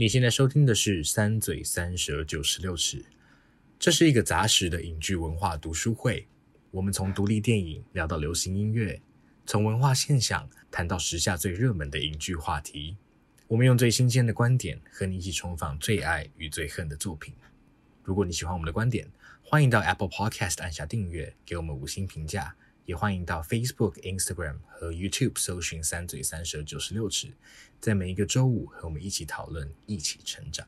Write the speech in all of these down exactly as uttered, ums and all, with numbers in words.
你现在收听的是三嘴三舌九十六尺，这是一个杂食的影剧文化读书会。我们从独立电影聊到流行音乐，从文化现象谈到时下最热门的影剧话题。我们用最新鲜的观点和你一起重访最爱与最恨的作品。如果你喜欢我们的观点，欢迎到 Apple Podcast 按下订阅，给我们五星评价。也欢迎到 Facebook、Instagram 和 YouTube 搜寻三嘴三舌九十六尺，在每一个周五和我们一起讨论，一起成长。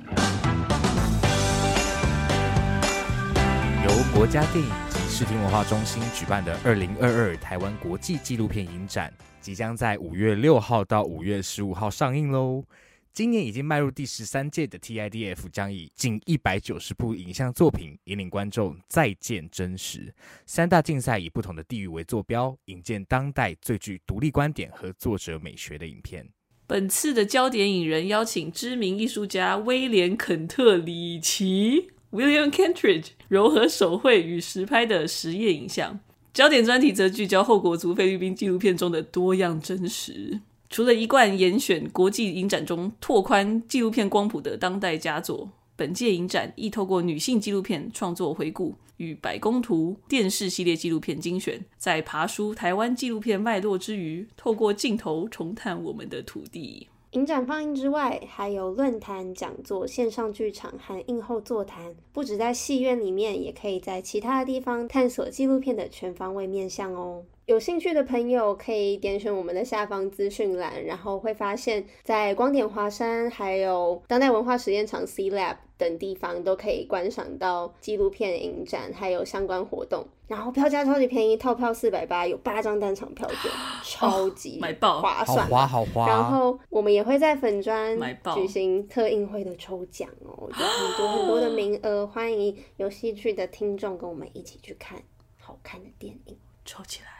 由国家电影及视听文化中心举办的二零二二台湾国际纪录片影展，即将在五月六号到五月十五号上映咯。今年已经迈入第十三届的 T I D F 将以近一百九十部影像作品引领观众再见真实。三大竞赛以不同的地域为坐标，引荐当代最具独立观点和作者美学的影片。 本次的焦点影人邀请知名艺术家威廉·肯特里奇 William Kentridge 糅合手绘与实拍的实业影像。焦点专题则聚焦后国族菲律宾纪录片中的多样真实。除了一贯严选国际影展中拓宽纪录片光谱的当代佳作，本届影展亦透过女性纪录片创作回顾与百工图电视系列纪录片精选，在爬梳台湾纪录片脉络之余，透过镜头重探我们的土地。 影展放映之外，还有论坛、讲座、线上剧场和映后座谈，不只在戏院里面，也可以在其他的地方探索纪录片的全方位面向哦。有兴趣的朋友可以点选我们的下方资讯栏，然后会发现在光点华山还有当代文化实验场 C Lab 等地方都可以观赏到纪录片影展还有相关活动，然后票价超级便宜，套票四百八十，有八张单场票券，超级划算、 哦、好划好划。 然后我们也会在粉专举行特映会的抽奖哦，有很多很多的名额，欢迎有兴趣的听众跟我们一起去看好看的电影， 抽起来。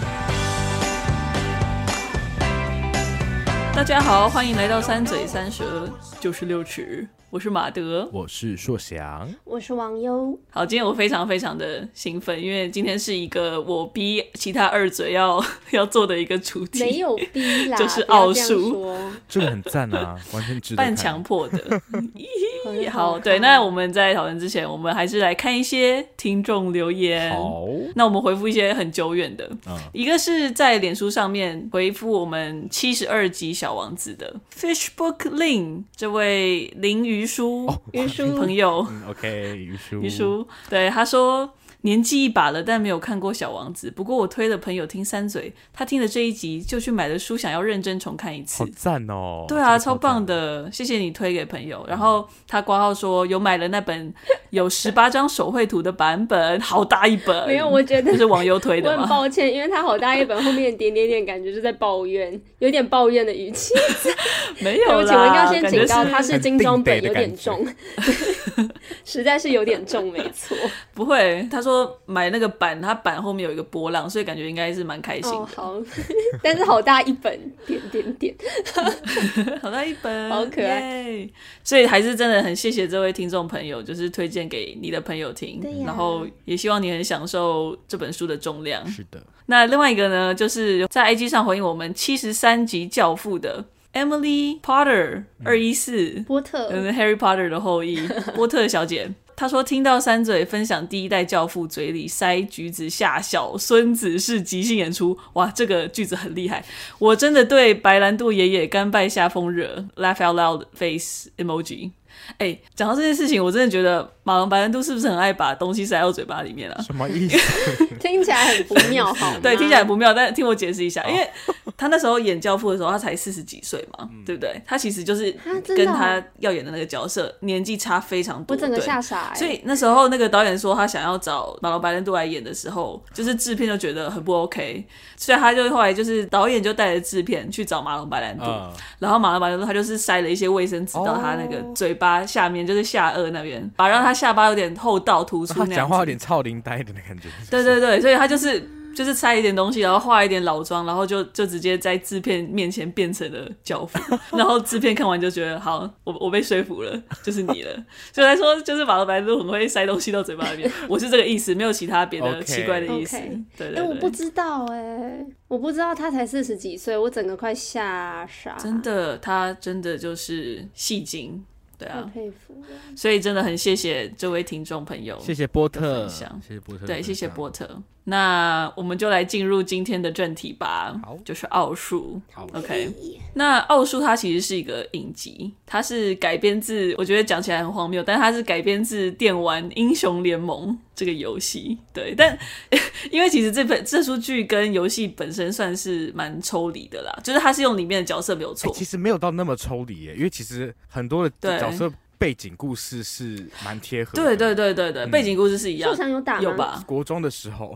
大家好，欢迎来到三嘴三舌九十六尺，我是马德， 我是硕翔， 我是王优。 好，今天我非常非常的兴奋，因为今天是一个我逼其他二嘴要要做的一个主题， 没有逼啦， 就是奥数， 这个很赞啊，完全值得看， 半强迫的。好，对，那我们在讨论之前，我们还是来看一些听众留言。 好， 那我们回复一些很久远的， 嗯、 一个是在脸书上面回复我们七十二集小王子的 Fishbook Lin 这位林鱼叔鱼叔朋友、 嗯、OK 鱼叔鱼叔，对，他说年纪一把了，但没有看过小王子，不过我推了朋友听三嘴，他听了这一集就去买了书，想要认真重看一次。 好赞哦！ 对啊，超棒的，谢谢你推给朋友。然后他括号说有买了那本有十八张手绘图的版本，好大一本。 没有，我觉得这是网友推的吗？ 我很抱歉，因为他好大一本，后面点点点感觉是在抱怨，有点抱怨的语气。 没有啦， 对不起，我应该先警告他是精装本，有点重，实在是有点重，没错。 不会，他说买那个版，它版后面有一个波浪，所以感觉应该是蛮开心的。 哦，好，但是好大一本，点点点， 好大一本， 好可爱。 Yeah! 所以还是真的很谢谢这位听众朋友，就是推荐给你的朋友听，然后也希望你很享受这本书的重量。 是的。 那另外一个呢，就是在 I G 上回应我们七十三集教父的 Emily Potter 二一四波特， 嗯 Harry Potter 的后裔波特小姐。他说听到三嘴分享第一代教父嘴里塞橘子下小孙子是即兴演出，哇，这个句子很厉害，我真的对白兰度爷爷甘拜下风热 laugh out loud face emoji。哎，讲到这件事情，我真的觉得马龙白兰度是不是很爱把东西塞到嘴巴里面啊？ 什么意思？ 听起来很不妙，好吗？ 对，听起来很不妙，但听我解释一下，因为他那时候演教父的时候，他才四十几岁嘛、嗯，对不对？他其实就是跟他要演的那个角色年纪差非常多， 我整个吓傻、欸。 所以那时候那个导演说他想要找马龙白兰度来演的时候，就是制片就觉得很不 OK， 所以他就后来就是导演就带着制片去找马龙白兰度、嗯，然后马龙白兰度他就是塞了一些卫生纸到他那个嘴巴下面，就是下颚那边，把让他下巴有点后倒突出那样子， 他讲话有点超龄呆的那感觉。 对对对，所以他就是就是塞一点东西，然后画一点老妆，然后就就直接在制片面前变成了教父，然后制片看完就觉得好，我我被说服了，就是你了。所以来说，就是马龙白鹿很会塞东西到嘴巴里面，我是这个意思，没有其他别的 Okay. 奇怪的意思。 Okay. 对对对， 哎、欸，我不知道哎、欸，我不知道他才四十几岁，我整个快吓傻。 真的，他真的就是戏精。对啊， 太佩服了。 所以真的很谢谢这位听众朋友， 谢谢波特， 谢谢波特， 对，谢谢波特。那我们就来进入今天的正题吧， 好， 就是奥数。 好 ，OK。那奥数它其实是一个影集，它是改编自，我觉得讲起来很荒谬，但它是改编自电玩英雄联盟这个游戏。对，但因为其实这本这出剧跟游戏本身算是蛮抽离的啦，就是它是用里面的角色没有错、 欸，其实没有到那么抽离耶，因为其实很多的角色背景故事是蛮贴合的。 对对对对对、嗯，背景故事是一样。 受伤有打吗？ 有吧？ 国中的时候。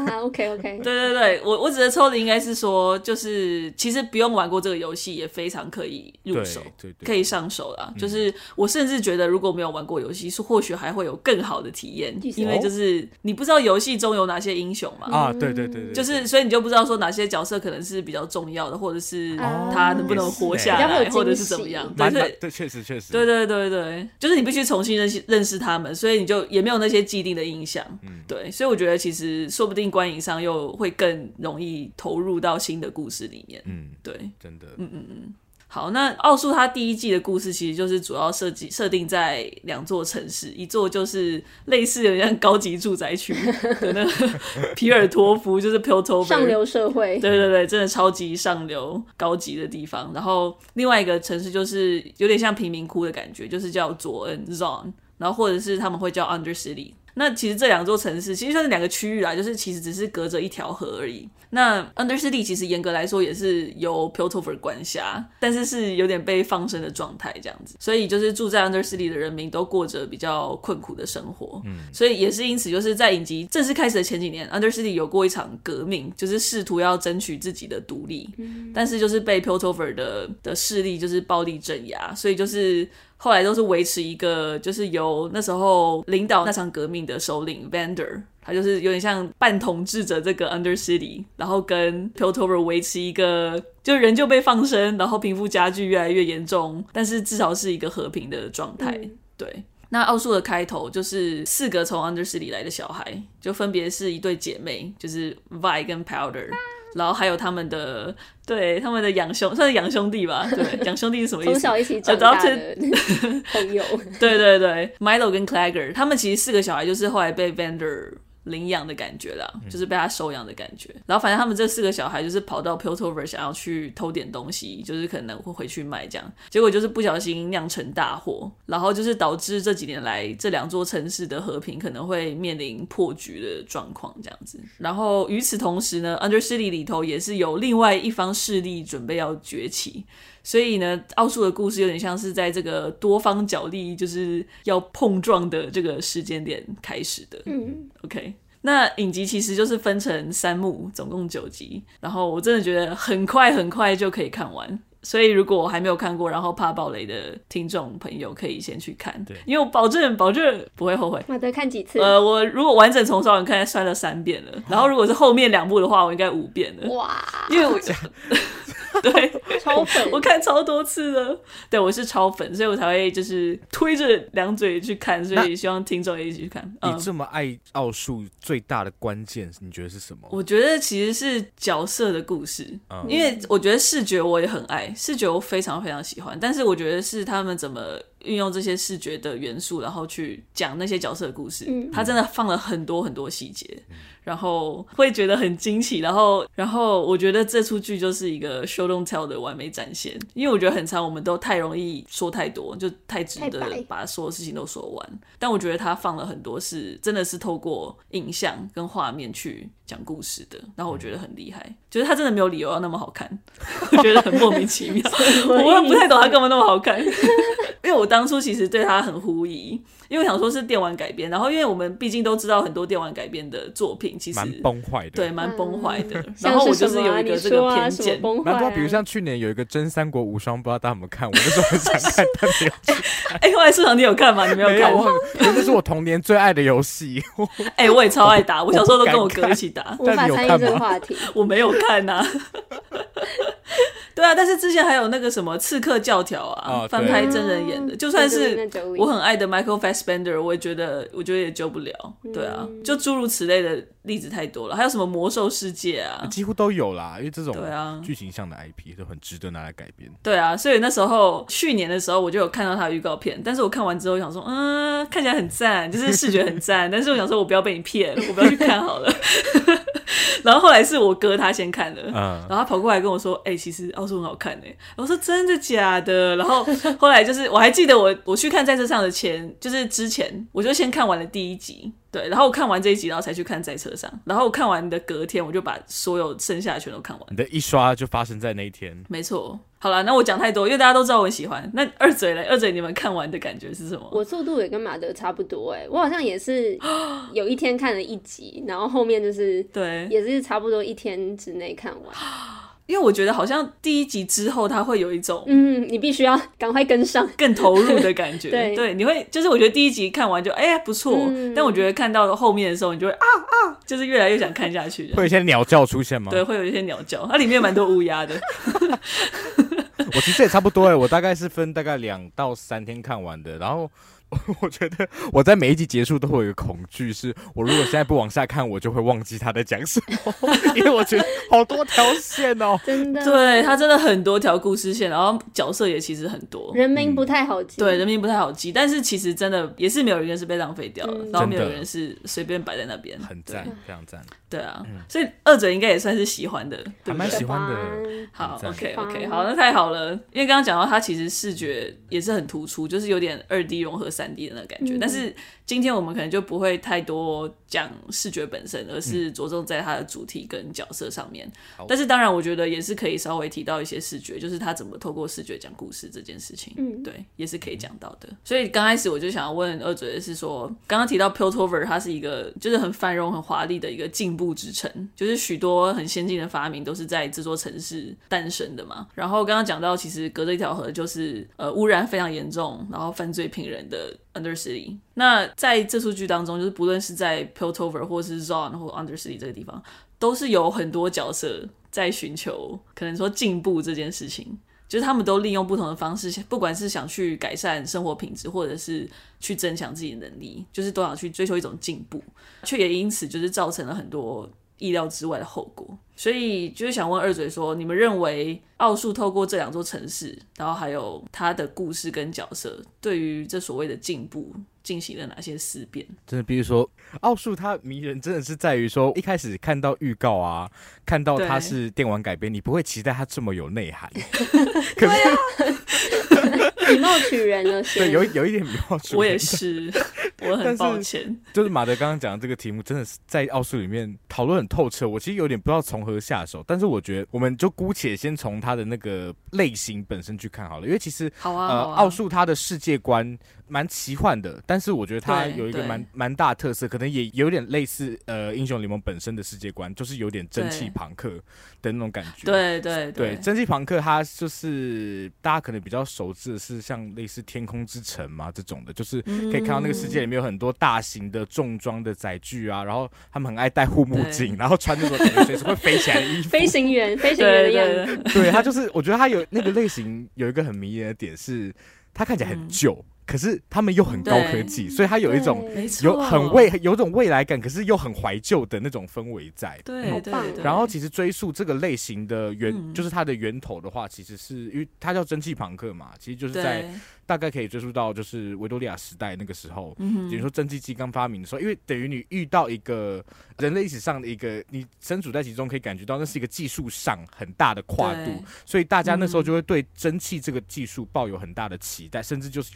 OK OK。 对对对，我我指的抽离应该是说，就是其实不用玩过这个游戏也非常可以入手， 对对对， 可以上手啦、嗯。就是我甚至觉得，如果没有玩过游戏，是或许还会有更好的体验，因为就是你不知道游戏中有哪些英雄嘛。 啊，对对 对, 对, 对， 就是所以你就不知道说哪些角色可能是比较重要的，或者是他能不能活下来， 哦、 或者是怎么样。对对对，确实确实。 对对对对，就是你必须重新认识认识他们，所以你就也没有那些既定的印象。嗯，对，所以我觉得其实说不定观影上又会更容易投入到新的故事里面。 嗯， 对， 真的。 嗯嗯嗯。好，那奥数它第一季的故事其实就是主要设计设定在两座城市，一座就是类似有点像高级住宅区的那个皮尔托夫，就是 Piltover 上流社会， 对对对，真的超级上流高级的地方。然后另外一个城市就是有点像贫民窟的感觉，就是叫佐恩 Zon， 然后或者是他们会叫 Undercity。那其实这两座城市其实算是两个区域啦，就是其实只是隔着一条河而已。那 Undercity 其实严格来说也是由 Piltover 管辖，但是是有点被放生的状态这样子，所以就是住在 Undercity 的人民都过着比较困苦的生活。嗯，所以也是因此就是在影集正式开始的前几年 Undercity 有过一场革命，就是试图要争取自己的独立、嗯、但是就是被 Piltover 的, 的势力就是暴力镇压，所以就是后来都是维持一个就是由那时候领导那场革命的首领 Vander， 他就是有点像半统治着这个 Undercity， 然后跟 Piltover 维持一个就人就被放生，然后贫富差距越来越严重，但是至少是一个和平的状态、嗯、对。那奥数的开头就是四个从 Undercity 来的小孩，就分别是一对姐妹，就是 Vi 跟 Powder， 然后还有他们的对他们的养兄，算是养兄弟吧？对，养兄弟是什么意思？ 从小一起长大的朋友。 对对对 ，Milo 跟 Clagger， 他们其实四个小孩就是后来被 Vander领养的感觉啦，就是被他收养的感觉、嗯、然后反正他们这四个小孩就是跑到 Piltover 想要去偷点东西，就是可能会回去卖这样，结果就是不小心酿成大祸，然后就是导致这几年来这两座城市的和平可能会面临破局的状况这样子。然后与此同时呢 Undercity 里头也是有另外一方势力准备要崛起，所以呢奥数的故事有点像是在这个多方角力就是要碰撞的这个时间点开始的。嗯 OK，那影集其实就是分成三幕，总共九集，然后我真的觉得很快很快就可以看完，所以如果我还没有看过然后怕爆雷的听众朋友可以先去看，对，因为我保证保证不会后悔。 马德看几次？ 呃，我如果完整从早晚看算了三遍了，然后如果是后面两部的话我应该五遍了。哇，因为我对， 超粉， 我看超多次了。对，我是超粉，所以我才会就是推着两嘴去看，所以希望听众也一起去看。 你这么爱奥数，最大的关键你觉得是什么？ 我觉得其实是角色的故事、嗯、因为我觉得视觉我也很爱，视觉我非常非常喜欢，但是我觉得是他们怎么运用这些视觉的元素然后去讲那些角色的故事、嗯、他真的放了很多很多细节、嗯、然后会觉得很惊奇，然后然后我觉得这出剧就是一个 show don't tell 的完美展现，因为我觉得很常我们都太容易说太多，就太值得把所有事情都说完，但我觉得他放了很多是真的是透过影像跟画面去讲故事的，然后我觉得很厉害、嗯、就是他真的没有理由要那么好看我觉得很莫名其妙我不太懂他干嘛那么好看因为我当初其实对他很狐疑，因为我想说是电玩改编，然后因为我们毕竟都知道很多电玩改编的作品其实蛮崩坏的， 对，蛮崩坏的、 嗯、 然后我就是有一个这个偏见， 蛮、啊啊、 比如像去年有一个真三国无双，不知道大家有没有看，我那时候很想看但没有去看。 哎、欸，后来市场你有看吗？你没有看？ 没有，我很那是我童年最爱的游戏。 哎、欸，我也超爱打，我小时候都跟我哥一起打。 无法参与这个话题， 我没有看呐、啊。对啊，但是之前还有那个什么《刺客教条》啊，哦、翻拍真人演的，就算是我很爱的 Michael Fassbender， 我也觉得，我觉得也救不了。对啊，就诸如此类的例子太多了。还有什么魔兽世界啊， 几乎都有啦，因为这种对啊剧情向的 I P 都很值得拿来改编。 对啊，所以那时候去年的时候我就有看到他的预告片，但是我看完之后想说，嗯，看起来很赞，就是视觉很赞，但是我想说我不要被你骗，我不要去看好了。然后后来是我哥他先看了，嗯、然后他跑过来跟我说：“哎、欸，其实奥数很好看哎。”我说：“真的假的？”然后后来就是我还记得我我去看在车上的前，就是之前我就先看完了第一集，对，然后我看完这一集，然后才去看在车上，然后我看完的隔天我就把所有剩下的全都看完。 你的一刷就发生在那一天， 没错。好了，那我讲太多，因为大家都知道我很喜欢。那二嘴嘞，二嘴你们看完的感觉是什么？ 我速度也跟马德差不多哎、欸，我好像也是有一天看了一集，然后后面就是对，也是差不多一天之内看完。 因为我觉得好像第一集之后，它会有一种嗯，你必须要赶快跟上， 更投入的感觉。 对对，你会就是我觉得第一集看完就哎、欸、不错、嗯，但我觉得看到后面的时候，你就会啊啊，就是越来越想看下去。 会有一些鸟叫出现吗？ 对，会有一些鸟叫，它里面蛮多乌鸦的。 我其实也差不多哎、欸，我大概是分大概两到三天看完的，然后。我觉得我在每一集结束都会有一个恐惧，是我如果现在不往下看，我就会忘记他在讲什么，因为我觉得好多条线哦， 真的， 对他真的很多条故事线，然后角色也其实很多， 人名不太好记， 嗯、对，人名不太好记，但是其实真的也是没有一个人是被浪费掉了，嗯、然后没有人是随便摆在那边， 很赞，非常赞， 对啊、嗯，所以二嘴应该也算是喜欢的，对不对？ 还蛮喜欢的， 好 ，OK OK， 好，那太好了，因为刚刚讲到他其实视觉也是很突出，就是有点二 D 融合三 D 的那个感觉。嗯，但是今天我们可能就不会太多讲视觉本身，而是着重在它的主题跟角色上面。嗯、但是当然，我觉得也是可以稍微提到一些视觉，就是他怎么透过视觉讲故事这件事情。嗯，对，也是可以讲到的。所以刚开始我就想要问二嘴的是说，刚刚提到 Piltover 它是一个就是很繁荣、很华丽的一个进步之城，就是许多很先进的发明都是在这座城市诞生的嘛。然后刚刚讲到，其实隔着一条河就是呃污染非常严重，然后犯罪频仍的 Undercity。那在这出剧当中，就是不论是在 Piltover 或是 Zaun 或 Undercity 这个地方，都是有很多角色在寻求可能说进步这件事情，就是他们都利用不同的方式，不管是想去改善生活品质，或者是去增强自己的能力，就是都想去追求一种进步，却也因此就是造成了很多意料之外的后果。所以就是想问二嘴说，你们认为奥数透过这两座城市，然后还有他的故事跟角色，对于这所谓的进步进行了哪些思辨？ 真的，比如说奥数它迷人真的是在于说，一开始看到预告啊，看到它是电玩改编，你不会期待它这么有内涵。可是以貌取人了， 对，有有一点以貌取人。 我也是，我很抱歉。 就是马德刚刚讲的这个题目，真的是在奥数里面讨论很透彻。我其实有点不知道从何下手，但是我觉得我们就姑且先从它的那个类型本身去看好了，因为其实好啊， 呃，奥数它的世界观蛮奇幻的，但是我觉得它有一个蛮蛮大的特色，可能也有点类似呃英雄联盟本身的世界观，就是有点蒸汽朋克的那种感觉。 对对对, 对，蒸汽朋克它就是大家可能比较熟知的是像类似天空之城嘛这种的，就是可以看到那个世界里面有很多大型的重装的载具啊，然后他们很爱戴护目镜，然后穿那种随时会飞起来的衣服， 飞行员飞行员的样子。 对, 对，他就是我觉得他有那个类型有一个很迷人的点是，他看起来很旧。嗯，可是他们又很高科技，所以它有一种有很未有种未来感，可是又很怀旧的那种氛围在。 对，对，对。 然后其实追溯这个类型的源，嗯、就是它的源头的话，其实是因为它叫蒸汽朋克嘛，其实就是在大概可以追溯到就是维多利亚时代那个时候，嗯，比如说蒸汽机刚发明的时候，因为等于你遇到一个人类历史上的一个，你身处在其中可以感觉到那是一个技术上很大的跨度，所以大家那时候就会对蒸汽这个技术抱有很大的期待，甚至就是有点把它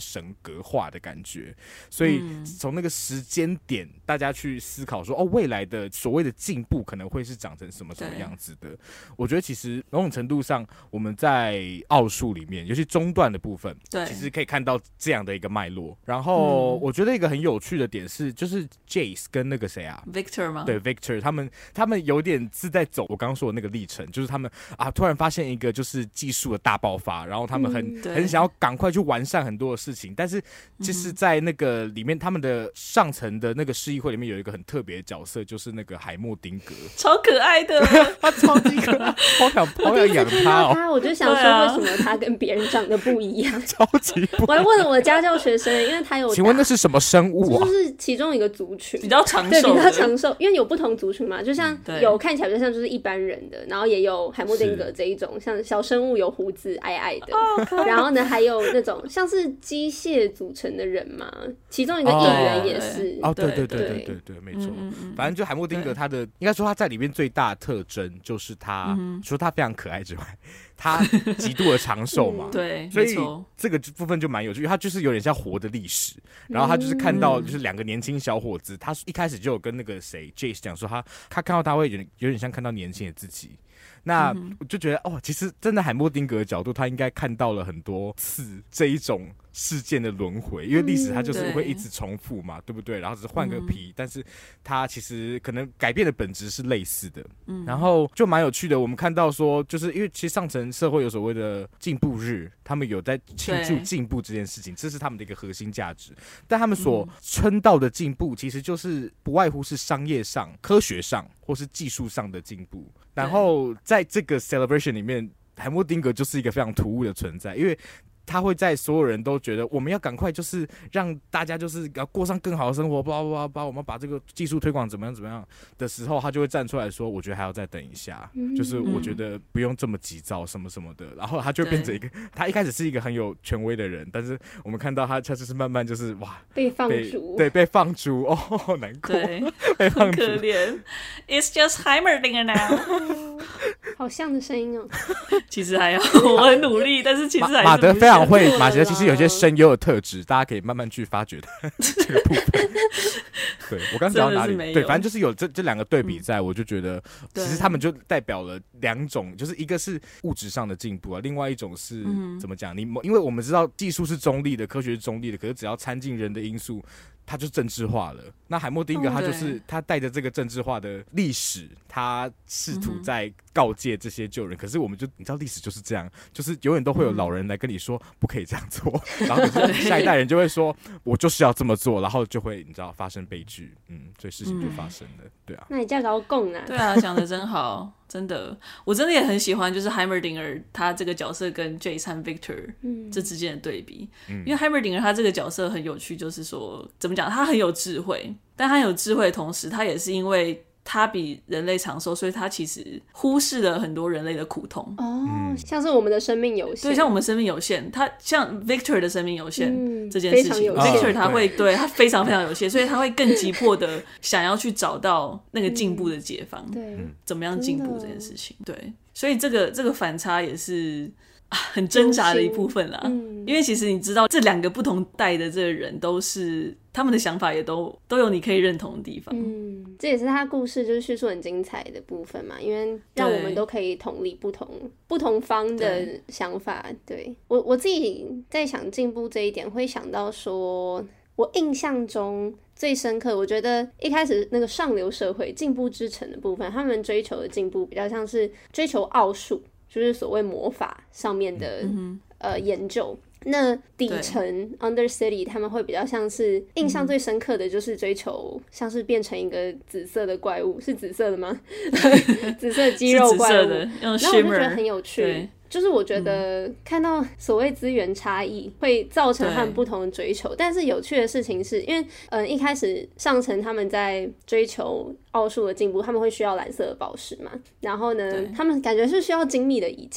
神格化的感觉，所以从那个时间点大家去思考说哦，未来的所谓的进步可能会是长成什么什么样子的。我觉得其实某种程度上我们在奥数里面尤其中段的部分其实可以看到这样的一个脉络。然后我觉得一个很有趣的点是就是 Jace 跟那个谁啊 Victor 吗？ 对 Victor 他们他们有点是在走我刚刚说的那个历程，就是他们啊突然发现一个就是技术的大爆发，然后他们很、嗯、很想要赶快去完善很多的事情，但是就是在那个里面他们的上层的那个市议会里面有一个很特别的角色，就是那个海默丁格， 超可爱的他超级可爱，好想好想养他哦。 他我就想说为什么他跟别人长得不一样， 超级不一样。 我还问了我的家教学生，因为他有， 请问那是什么生物啊？ 就是其中一个族群比较长寿， 对，比较长寿，因为有不同族群嘛，就像有看起来比较像就是一般人的，然后也有海默丁格这一种像小生物有胡子矮矮的，哦、然后呢还有那种像是机械组成的人嘛，其中一个艺人也是。 哦，对对对对对 对, 对，没错。嗯嗯反正就海默丁格他的应该说他在里面最大的特征就是他、嗯、除了他非常可爱之外，他极度的长寿嘛， 对， 所以这个部分就蛮有趣，他就是有点像活的历史。然后他就是看到就是两个年轻小伙子，他一开始就有跟那个谁 Jace 讲说他他看到他会有点有点像看到年轻的自己。那我就觉得哦，其实真的海默丁格的角度，他应该看到了很多次这一种事件的轮回，因为历史它就是会一直重复嘛，嗯、对, 对不对？然后只是换个皮，嗯、但是它其实可能改变的本质是类似的。嗯，然后就蛮有趣的。我们看到说，就是因为其实上层社会有所谓的进步日，他们有在庆祝进步这件事情，这是他们的一个核心价值。但他们所称道的进步，其实就是不外乎是商业上、科学上或是技术上的进步。然后在这个 celebration 里面，海默丁格就是一个非常突兀的存在，因为他会在所有人都觉得我们要赶快就是让大家就是要过上更好的生活，叭叭叭，我们把这个技术推广怎么样怎么样的时候，他就会站出来说，我觉得还要再等一下，嗯、就是我觉得不用这么急躁什么什么的。然后他就变成一个，他一开始是一个很有权威的人，但是我们看到他，他就是慢慢就是哇被放逐， 对，被放逐哦，好难过，被放逐， 可怜。It's just Heimerdinger now 好像的声音哦。 其实还好，我很努力，但是其实还是马德非常会，马德其实有些声优的特质，大家可以慢慢去发掘的这个部分。对，我刚讲到哪里？对，反正就是有这这两个对比在，嗯、我就觉得其实他们就代表了两种，就是一个是物质上的进步啊，另外一种是、嗯、怎么讲？你因为我们知道技术是中立的，科学是中立的，可是只要掺进人的因素，他就政治化了。那海默丁格他就是、哦、他带着这个政治化的历史，他试图在告诫这些旧人。嗯、可是我们就你知道历史就是这样，就是永远都会有老人来跟你说、嗯、不可以这样做，然后可是下一代人就会说我就是要这么做，然后就会你知道发生悲剧，嗯，所以事情就发生了，嗯、对啊。 那你这样搞共啊？ 对啊，讲得真好。真的，我真的也很喜欢，就是 Heimerdinger 他这个角色跟 Jace 和 Victor 这之间的对比。嗯、因为 Heimerdinger 他这个角色很有趣，就是说怎么讲，他很有智慧，但他有智慧的同时，他也是因为他比人类长寿，所以他其实忽视了很多人类的苦痛。 哦，嗯、像是我们的生命有限， 对，像我们生命有限，他像 Victor 的生命有限、嗯、这件事情 ，Victor 他会、哦、对他非常非常有限，所以他会更急迫的想要去找到那个进步的解方，对、嗯，怎么样进步这件事情，对，所以这个这个反差也是。很挣扎的一部分啦、嗯、因为其实你知道这两个不同代的这个人都是他们的想法也都都有你可以认同的地方， 嗯，这也是他故事就是叙述很精彩的部分嘛，因为让我们都可以同理不同不同方的想法。 对, 对我我自己在想进步这一点会想到说，我印象中最深刻，我觉得一开始那个上流社会进步之城的部分，他们追求的进步比较像是追求奥数，就是所谓魔法上面的、嗯、呃研究。那底层 Undercity 他们会比较像是印象最深刻的就是追求像是变成一个紫色的怪物，是紫色的吗？紫色肌肉怪物，然后我就觉得很有趣，就是我觉得看到所谓资源差异会造成他们不同的追求，但是有趣的事情是因为嗯一开始上层他们在追求奥数的进步，他们会需要蓝色的宝石嘛，然后呢他们感觉是需要精密的仪器，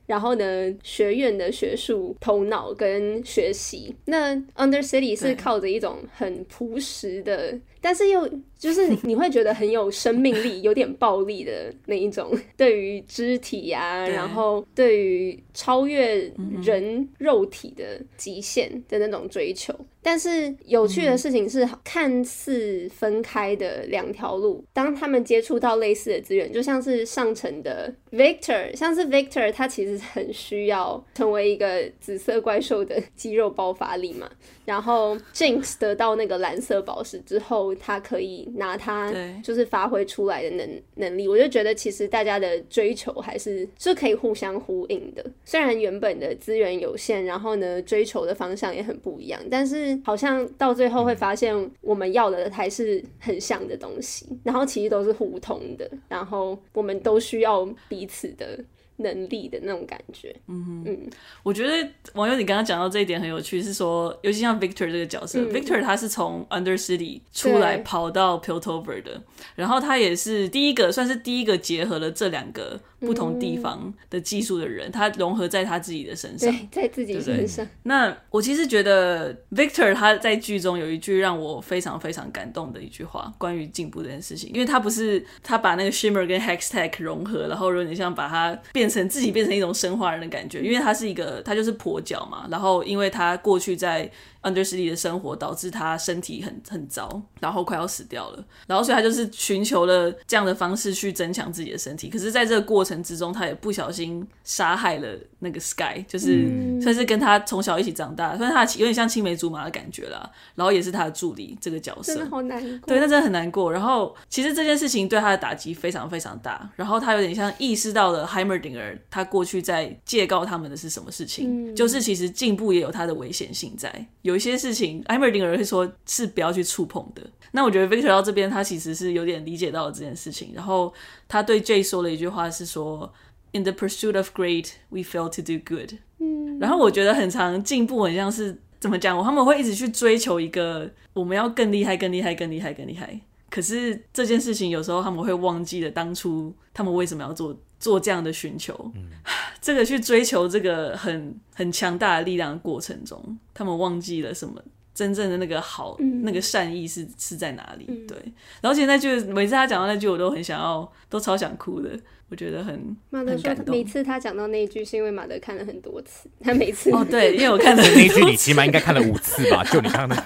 然后呢学院的学术头脑跟学习。那 Undercity 是靠着一种很朴实的，但是又就是你会觉得很有生命力有点暴力的那一种对于肢体啊，然后对于超越人肉体的极限的那种追求。但是有趣的事情是，看似分开的两条路，当他们接触到类似的资源，就像是上层的 Victor， 像是 Victor 他其实很需要成为一个紫色怪兽的肌肉爆发力嘛，然后 Jinx 得到那个蓝色宝石之后，他可以拿它就是发挥出来的能能力，我就觉得其实大家的追求还是是可以互相呼应的。虽然原本的资源有限，然后呢追求的方向也很不一样，但是好像到最后会发现我们要的还是很像的东西，然后其实都是互通的，然后我们都需要彼此的能力的那种感觉。嗯嗯， 我觉得网友你刚刚讲到这一点很有趣，是说尤其像 Victor 这个角色、嗯、Victor 他是从 Undercity 出来跑到 Piltover 的，然后他也是第一个算是第一个结合了这两个不同地方的技术的人、嗯、他融合在他自己的身上， 对，在自己身上。 那我其实觉得 Victor 他在剧中有一句让我非常非常感动的一句话，关于进步这件事情，因为他不是他把那个 Shimmer 跟 Hextech 融合，然后有点像把它变成自己变成一种生化人的感觉，因为他是一个他就是跛脚嘛，然后因为他过去在Undercity 的生活导致他身体很很糟，然后快要死掉了，然后所以他就是寻求了这样的方式去增强自己的身体，可是在这个过程之中他也不小心杀害了那个 Sky， 就是算是跟他从小一起长大，算是他有点像青梅竹马的感觉啦，然后也是他的助理这个角色， 真的好难过， 对，那真的很难过。然后其实这件事情对他的打击非常非常大，然后他有点像意识到了 Heimerdinger 他过去在戒告他们的是什么事情、嗯、就是其实进步也有它的危险性在，有一些事情 Heimerdinger 会说是不要去触碰的。那我觉得 Victor 到这边他其实是有点理解到了这件事情，然后他对 Jay 说了一句话是说 In the pursuit of great we fail to do good、嗯、然后我觉得很常进步很像是怎么讲，他们会一直去追求一个我们要更厉害更厉害更厉害更厉害，可是这件事情有时候他们会忘记了当初他们为什么要做做这样的寻求、嗯、这个去追求这个很很强大的力量的过程中，他们忘记了什么真正的那个好、嗯、那个善意是是在哪里、嗯、对。然后其实那句每次他讲到那句我都很想要都超想哭的，我觉得很马德说每次他讲到那一句是因为马德看了很多次，他每次哦对，因为我看了那一句你起码应该看了五次吧，就你刚刚的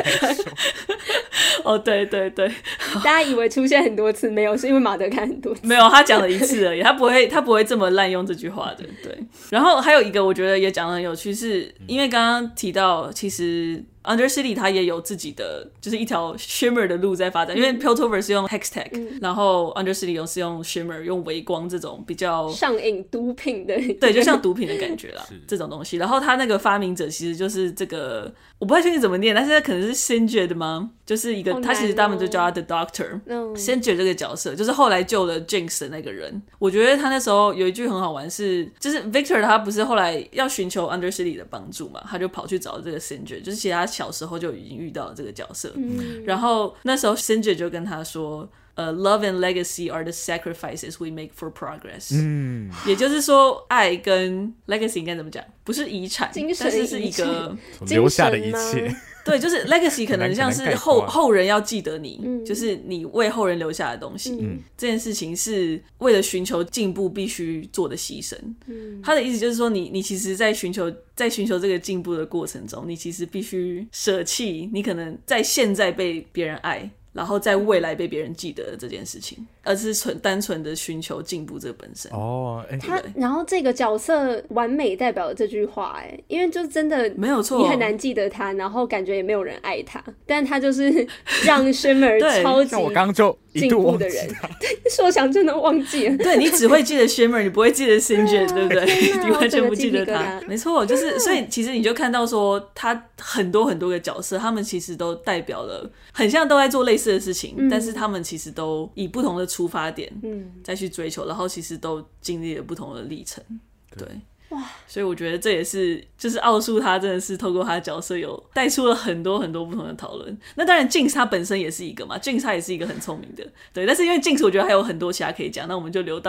哦对对对， 大家以为出现很多次，没有，是因为马德看很多次， 没有，他讲了一次而已，他不会他不会这么滥用这句话的，对。然后还有一个我觉得也讲得很有趣，是因为刚刚提到其实Undercity 它也有自己的就是一条 Shimmer 的路在发展、嗯、因为 Piltover 是用 Hextech、嗯、然后 Undercity 用是用 Shimmer 用微光这种比较上瘾毒品的， 对，就像毒品的感觉啦这种东西。然后他那个发明者其实就是这个我不太确定怎么念，但是他可能是 Sindred 吗，就是一个、哦、他其实他们就叫他 The Doctor、嗯、Sindred 这个角色就是后来救了 Jinx 的那个人。我觉得他那时候有一句很好玩是就是 Victor 他不是后来要寻求 Undercity 的帮助嘛，他就跑去找这个 Sindred， 就是其实他小时候就已经遇到了这个角色、嗯、然后那时候 Sindred 就跟他说Uh, love and legacy are the sacrifices we make for progress、嗯、也就是说爱跟 legacy 应该怎么讲，不是遗产，但是是一个留下的一切， 对，就是 legacy 可能像是后后人要记得你、嗯、就是你为后人留下的东西、嗯、这件事情是为了寻求进步必须做的牺牲、嗯、他的意思就是说你你其实在寻求在寻求这个进步的过程中，你其实必须舍弃你可能在现在被别人爱然后在未来被别人记得的这件事情，而是纯单纯的寻求进步这个本身。 哦，欸、 他然后这个角色完美代表了这句话，哎，因为就真的没有错， 你很难记得他，然后感觉也没有人爱他，但他就是让 Shimmer 超级我刚就进步的人。对，硕翔真的忘记了， 对，你只会记得 Shimmer， 你不会记得 Sindred， 对不对？你完全不记得他，没错，就是所以其实你就看到说，他很多很多个角色，他们其实都代表了，很像都在做类似的事情、嗯、但是他们其实都以不同的出发点再去追求、嗯、然后其实都经历了不同的历程，对，哇，所以我觉得这也是就是奥数他真的是透过他的角色有带出了很多很多不同的讨论。那当然 Jinx 他本身也是一个嘛， Jinx 他也是一个很聪明的，对，但是因为 Jinx 我觉得还有很多其他可以讲，那我们就留到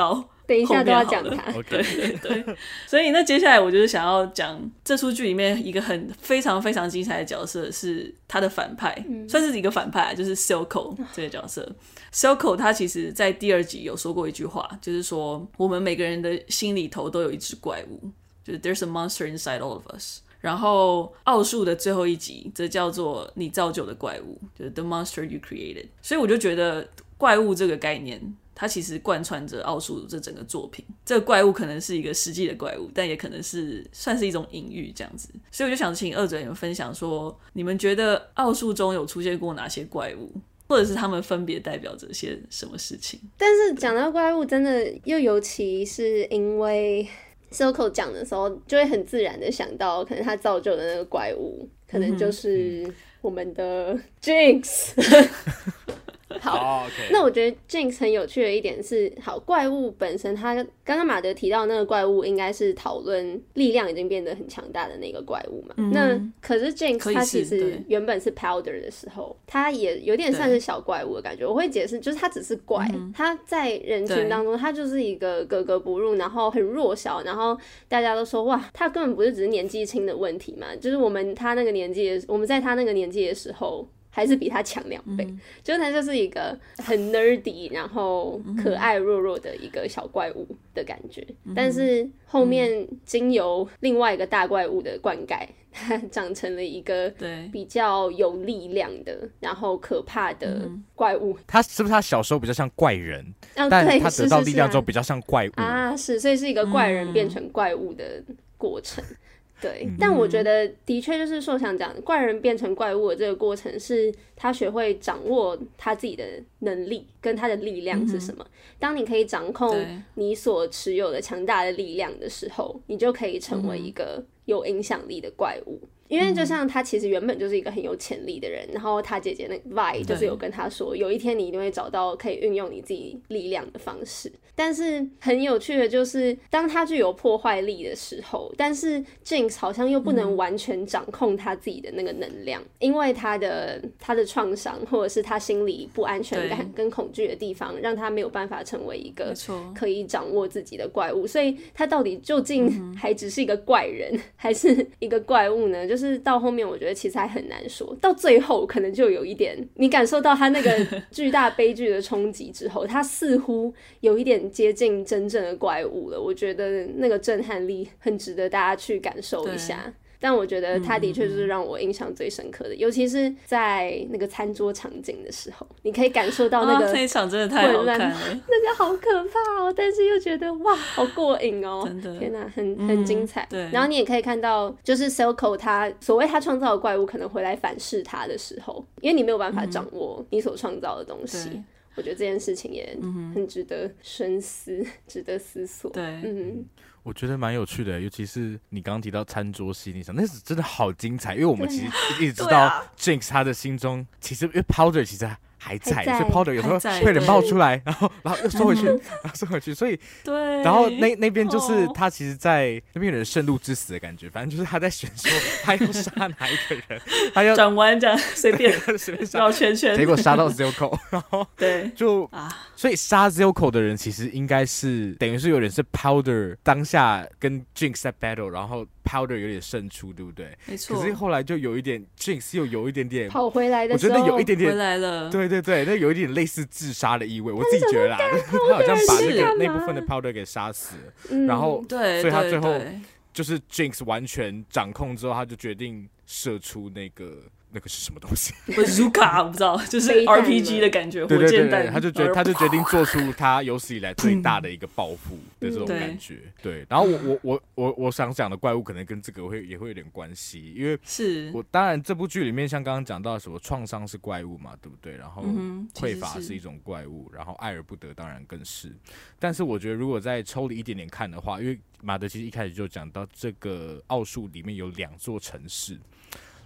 等一下都要讲他。 对对对，所以那接下来我就是想要讲这出剧里面一个很非常非常精彩的角色是他的反派，嗯、算是一个反派，就是 Silco 这个角色。Silco 他其实在第二集有说过一句话，就是说我们每个人的心里头都有一只怪物，就是 There's a monster inside all of us。然后奥数的最后一集则叫做你造就的怪物，就是 The monster you created。所以我就觉得怪物这个概念它其实贯穿着奥数这整个作品，这个怪物可能是一个实际的怪物，但也可能是算是一种隐喻这样子。所以我就想请二嘴你们分享说，你们觉得奥数中有出现过哪些怪物，或者是他们分别代表着些什么事情？ 但是讲到怪物，真的又尤其是因为Silco 讲的时候，就会很自然的想到，可能他造就的那个怪物，可能就是我们的 Jinx。好， oh, okay. 那我觉得 Jinx 很有趣的一点是，好，怪物本身，他刚刚马德提到那个怪物应该是讨论力量已经变得很强大的那个怪物嘛。嗯、那可是 Jinx 他其实原本是 Powder 的时候，他也有点算是小怪物的感觉。我会解释，就是他只是怪，他在人群当中，他就是一个格格不入，然后很弱小，然后大家都说哇，他根本不是只是年纪轻的问题嘛，就是我们他那个年纪的，我们在他那个年纪的时候。还是比他强两倍、嗯、就是他就是一个很 nerdy 然后可爱弱弱的一个小怪物的感觉、嗯、但是后面经由另外一个大怪物的灌溉，它长成了一个比较有力量的然后可怕的怪物。 他是不是他小时候比较像怪人、啊、但他得到力量之后比较像怪物啊？是，所以是一个怪人变成怪物的过程、嗯对，但我觉得的确就是说想讲怪人变成怪物的这个过程是他学会掌握他自己的能力跟他的力量是什么、嗯、当你可以掌控你所持有的强大的力量的时候，你就可以成为一个有影响力的怪物。因为就像他其实原本就是一个很有潜力的人，然后他姐姐那个 Vi 就是有跟他说有一天你一定会找到可以运用你自己力量的方式。但是很有趣的就是当他具有破坏力的时候，但是 Jinx 好像又不能完全掌控他自己的那个能量、嗯、因为他的他的创伤或者是他心里不安全感跟恐惧的地方让他没有办法成为一个可以掌握自己的怪物。所以他到底究竟还只是一个怪人、嗯、还是一个怪物呢？就是就是到后面我觉得其实还很难说，到最后可能就有一点你感受到他那个巨大悲剧的冲击之后他似乎有一点接近真正的怪物了。我觉得那个震撼力很值得大家去感受一下，但我觉得他的确就是让我印象最深刻的、嗯、尤其是在那个餐桌场景的时候，你可以感受到那个、 哦、那一场真的太好看了， 那个好可怕哦，但是又觉得哇好过瘾哦，真的天哪，很很精彩、嗯、对。然后你也可以看到就是 Silco 他所谓他创造的怪物可能回来反噬他的时候，因为你没有办法掌握你所创造的东西、嗯、我觉得这件事情也很值得深思、嗯、值得思索。对，嗯， 我觉得蛮有趣的，尤其是你刚刚提到餐桌戏那场，那是真的好精彩。因为我们其实一直知道 Jinx 他的心中其实因为 Powder 其实还在, 还在所以 Powder 有时候会人冒出来，然后然后又收回去，然后收回去，所以对，然后那那边就是他其实在那边有人生路之死的感觉，反正就是他在选说他要杀哪一个人，他要转弯这样随便随便绕圈圈， 结果杀到 Silco， 然后对就啊，所以杀 Silco 的人其实应该是等于是有点是 Powder 当下跟 Jinx 在 battle， 然后 Powder 有点胜出，对不对？没错。可是后来就有一点 Jinx 又有一点点跑回来的时候， 我觉得有一点点回来了， 对对对，那有一点类似自杀的意味，我自己觉得啦，他好像把那个那部分的 Powder 给杀死了，嗯、然后对，所以他最后就是 Jinx 完全掌控之后，他就决定射出那个。那个是什么东西 ？Bazooka 我不知道，就是 R P G 的感觉，火箭弹。 他就决他就决定做出他有史以来最大的一个报复的这种感觉。嗯、对, 对，然后我我我我我想讲的怪物可能跟这个会也会有点关系，因为是我当然这部剧里面像刚刚讲到什么创伤是怪物嘛，对不对？然后匮乏是一种怪物，然后爱而不得当然更是。但是我觉得如果再抽离一点点看的话，因为马德其实一开始就讲到这个奥数里面有两座城市。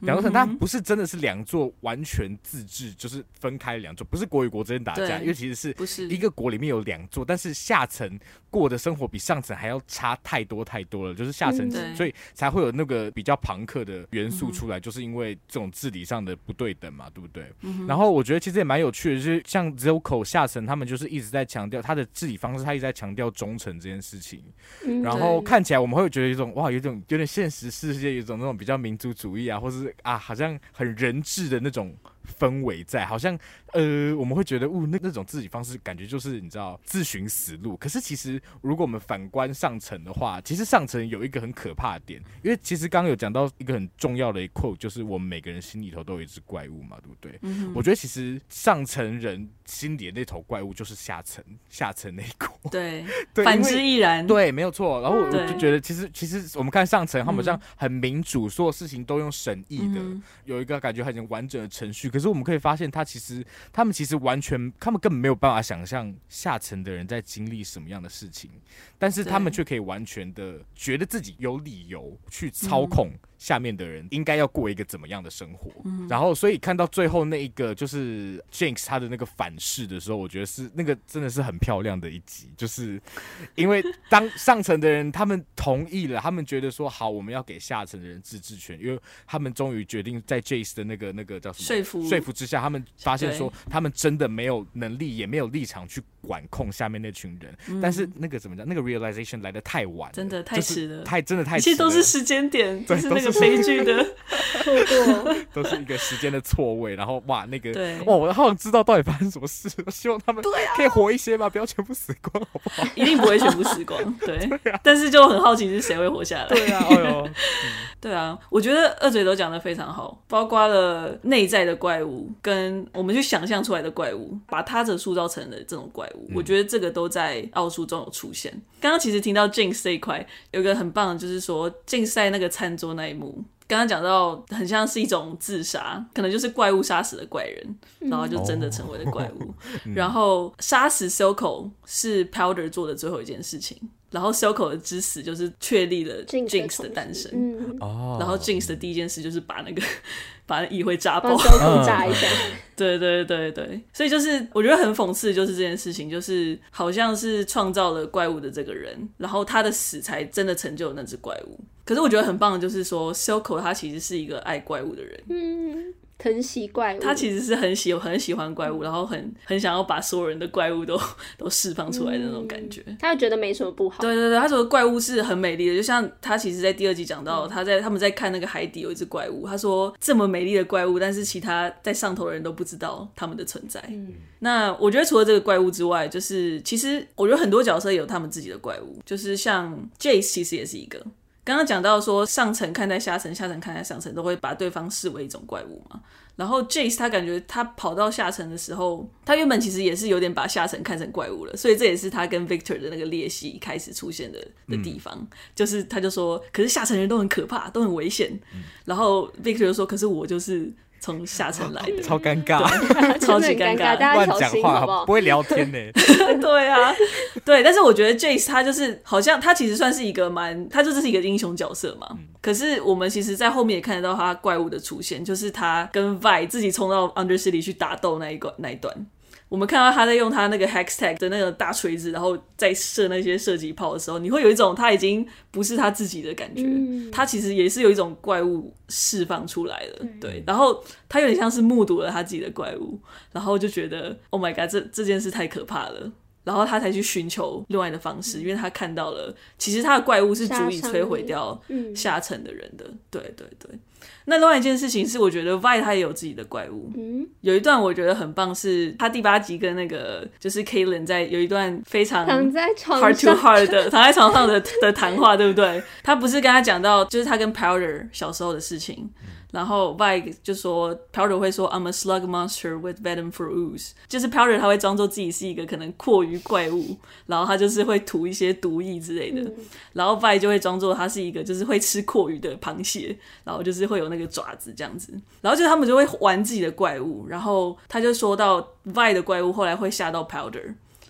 两座城，但不是真的是两座完全自治，就是分开两座，不是国与国之间打架，因为其实是一个国里面有两座，但是下层过的生活比上层还要差太多太多了，就是下层、嗯、所以才会有那个比较朋克的元素出来、嗯、就是因为这种治理上的不对等嘛，对不对、嗯、然后我觉得其实也蛮有趣的，就是像 Zilko 下层他们就是一直在强调他的治理方式，他一直在强调忠诚这件事情、嗯、然后看起来我们会觉得有一种哇有一种有点现实世界有一种那种比较民族主义啊，或是啊好像很人治的那种氛围在，好像呃我们会觉得哦那那种治理方式感觉就是你知道自寻死路，可是其实如果我们反观上层的话，其实上层有一个很可怕的点，因为其实刚刚有讲到一个很重要的一 quote， 就是我们每个人心里头都有一只怪物嘛，对不对、嗯、我觉得其实上层人心里的那头怪物就是下层下层那一股， 对, 对反之亦然， 对没有错，然后我就觉得其实其实我们看上层他们好像很民主、嗯、所有事情都用审议的、嗯、有一个感觉很完整的程序，可是我们可以发现他其实他们其实完全他们根本没有办法想象下层的人在经历什么样的事情，但是他们却可以完全的觉得自己有理由去操控下面的人应该要过一个怎么样的生活、嗯、然后所以看到最后那一个就是 Jinx 他的那个反噬的时候，我觉得是那个真的是很漂亮的一集，就是因为当上层的人他们同意了，他们觉得说好我们要给下层的人自治权，因为他们终于决定在 Jace 的那个那个叫什么说服说服之下，他们发现说他们真的没有能力也没有立场去管控下面那群人、嗯、但是那个怎么讲，那个 realization 来得太晚了， 真的太迟了、就是、 太真的太迟了， 一切都是时间点，就是那个悲剧的错过都是一个时间的错位，然后哇那个哇我好想知道到底发生什么事，我希望他们可以活一些吧、啊、不要全部死光好不好， 一定不会全部死光对, 对、啊、但是就很好奇是谁会活下来， 对啊哎呦、嗯、 对啊，我觉得二嘴都讲得非常好，包括了内在的怪物跟我们去想象出来的怪物，把他者塑造成了这种怪物、嗯、我觉得这个都在奥书中有出现。刚刚其实听到 Jinx 这一块有一个很棒的，就是说 Jinx 在那个餐桌那一幕刚刚讲到很像是一种自杀，可能就是怪物杀死了怪人、嗯、然后就真的成为了怪物、哦嗯、然后杀死 Silco 是 Powder 做的最后一件事情，然后 Silco 的之死就是确立了 Jinx 的诞生、嗯、然后 Jinx 的第一件事就是把那个把那议会炸爆， 帮 Silco 炸一下对对对对，所以就是我觉得很讽刺，就是这件事情就是好像是创造了怪物的这个人，然后他的死才真的成就了那只怪物。可是我觉得很棒的就是说 Silco 他其实是一个爱怪物的人， 嗯，疼惜怪物， 他其实是很喜很喜欢怪物，然后很很想要把所有人的怪物都都释放出来的那种感觉、嗯、 他会觉得没什么不好， 对对对，他觉得怪物是很美丽的，就像他其实在第二集讲到、嗯、他在他们在看那个海底有一只怪物，他说这么美丽的怪物，但是其他在上头的人都不知道他们的存在、嗯、那我觉得除了这个怪物之外，就是其实我觉得很多角色也有他们自己的怪物，就是像 Jace 其实也是一个，刚刚讲到说上层看待下层，下层看待上层，都会把对方视为一种怪物嘛。然后 Jace 他感觉他跑到下层的时候，他原本其实也是有点把下层看成怪物了，所以这也是他跟 Victor 的那个裂隙开始出现的的地方、嗯、就是他就说可是下层人都很可怕都很危险、嗯、然后 Victor 就说可是我就是从下层来的， 超尴尬超级尴尬， 大家小心好不好， 不会聊天呢对啊对，但是我觉得 Jace 他就是好像他其实算是一个蛮他就是一个英雄角色嘛、嗯、可是我们其实在后面也看得到他怪物的出现，就是他跟 Vi 自己冲到 Undercity 去打斗那一段那一段，我们看到他在用他那个 Hextech 的那个大锤子，然后在射那些射击炮的时候，你会有一种他已经不是他自己的感觉、嗯、他其实也是有一种怪物释放出来了、嗯、对，然后他有点像是目睹了他自己的怪物，然后就觉得 Oh my god 这, 这件事太可怕了，然后他才去寻求另外的方式、嗯、因为他看到了其实他的怪物是足以摧毁掉下层的人的、嗯、对对对。那另外一件事情是我觉得 Vi 他也有自己的怪物、嗯、有一段我觉得很棒，是他第八集跟那个就是 Caitlyn 在有一段非常 heart to heart 的躺在床上的的谈话对不对，他不是跟他讲到就是他跟 Powder 小时候的事情、嗯，然后 Vi 就说 Powder 会说 I'm a slug monster with venom for ooze， 就是 Powder 他会装作自己是一个可能阔鱼怪物，然后他就是会吐一些毒液之类的、嗯、然后 Vi 就会装作他是一个就是会吃阔鱼的螃蟹，然后就是会有那个爪子这样子，然后就他们就会玩自己的怪物，然后他就说到 Vi 的怪物后来会吓到 Powder，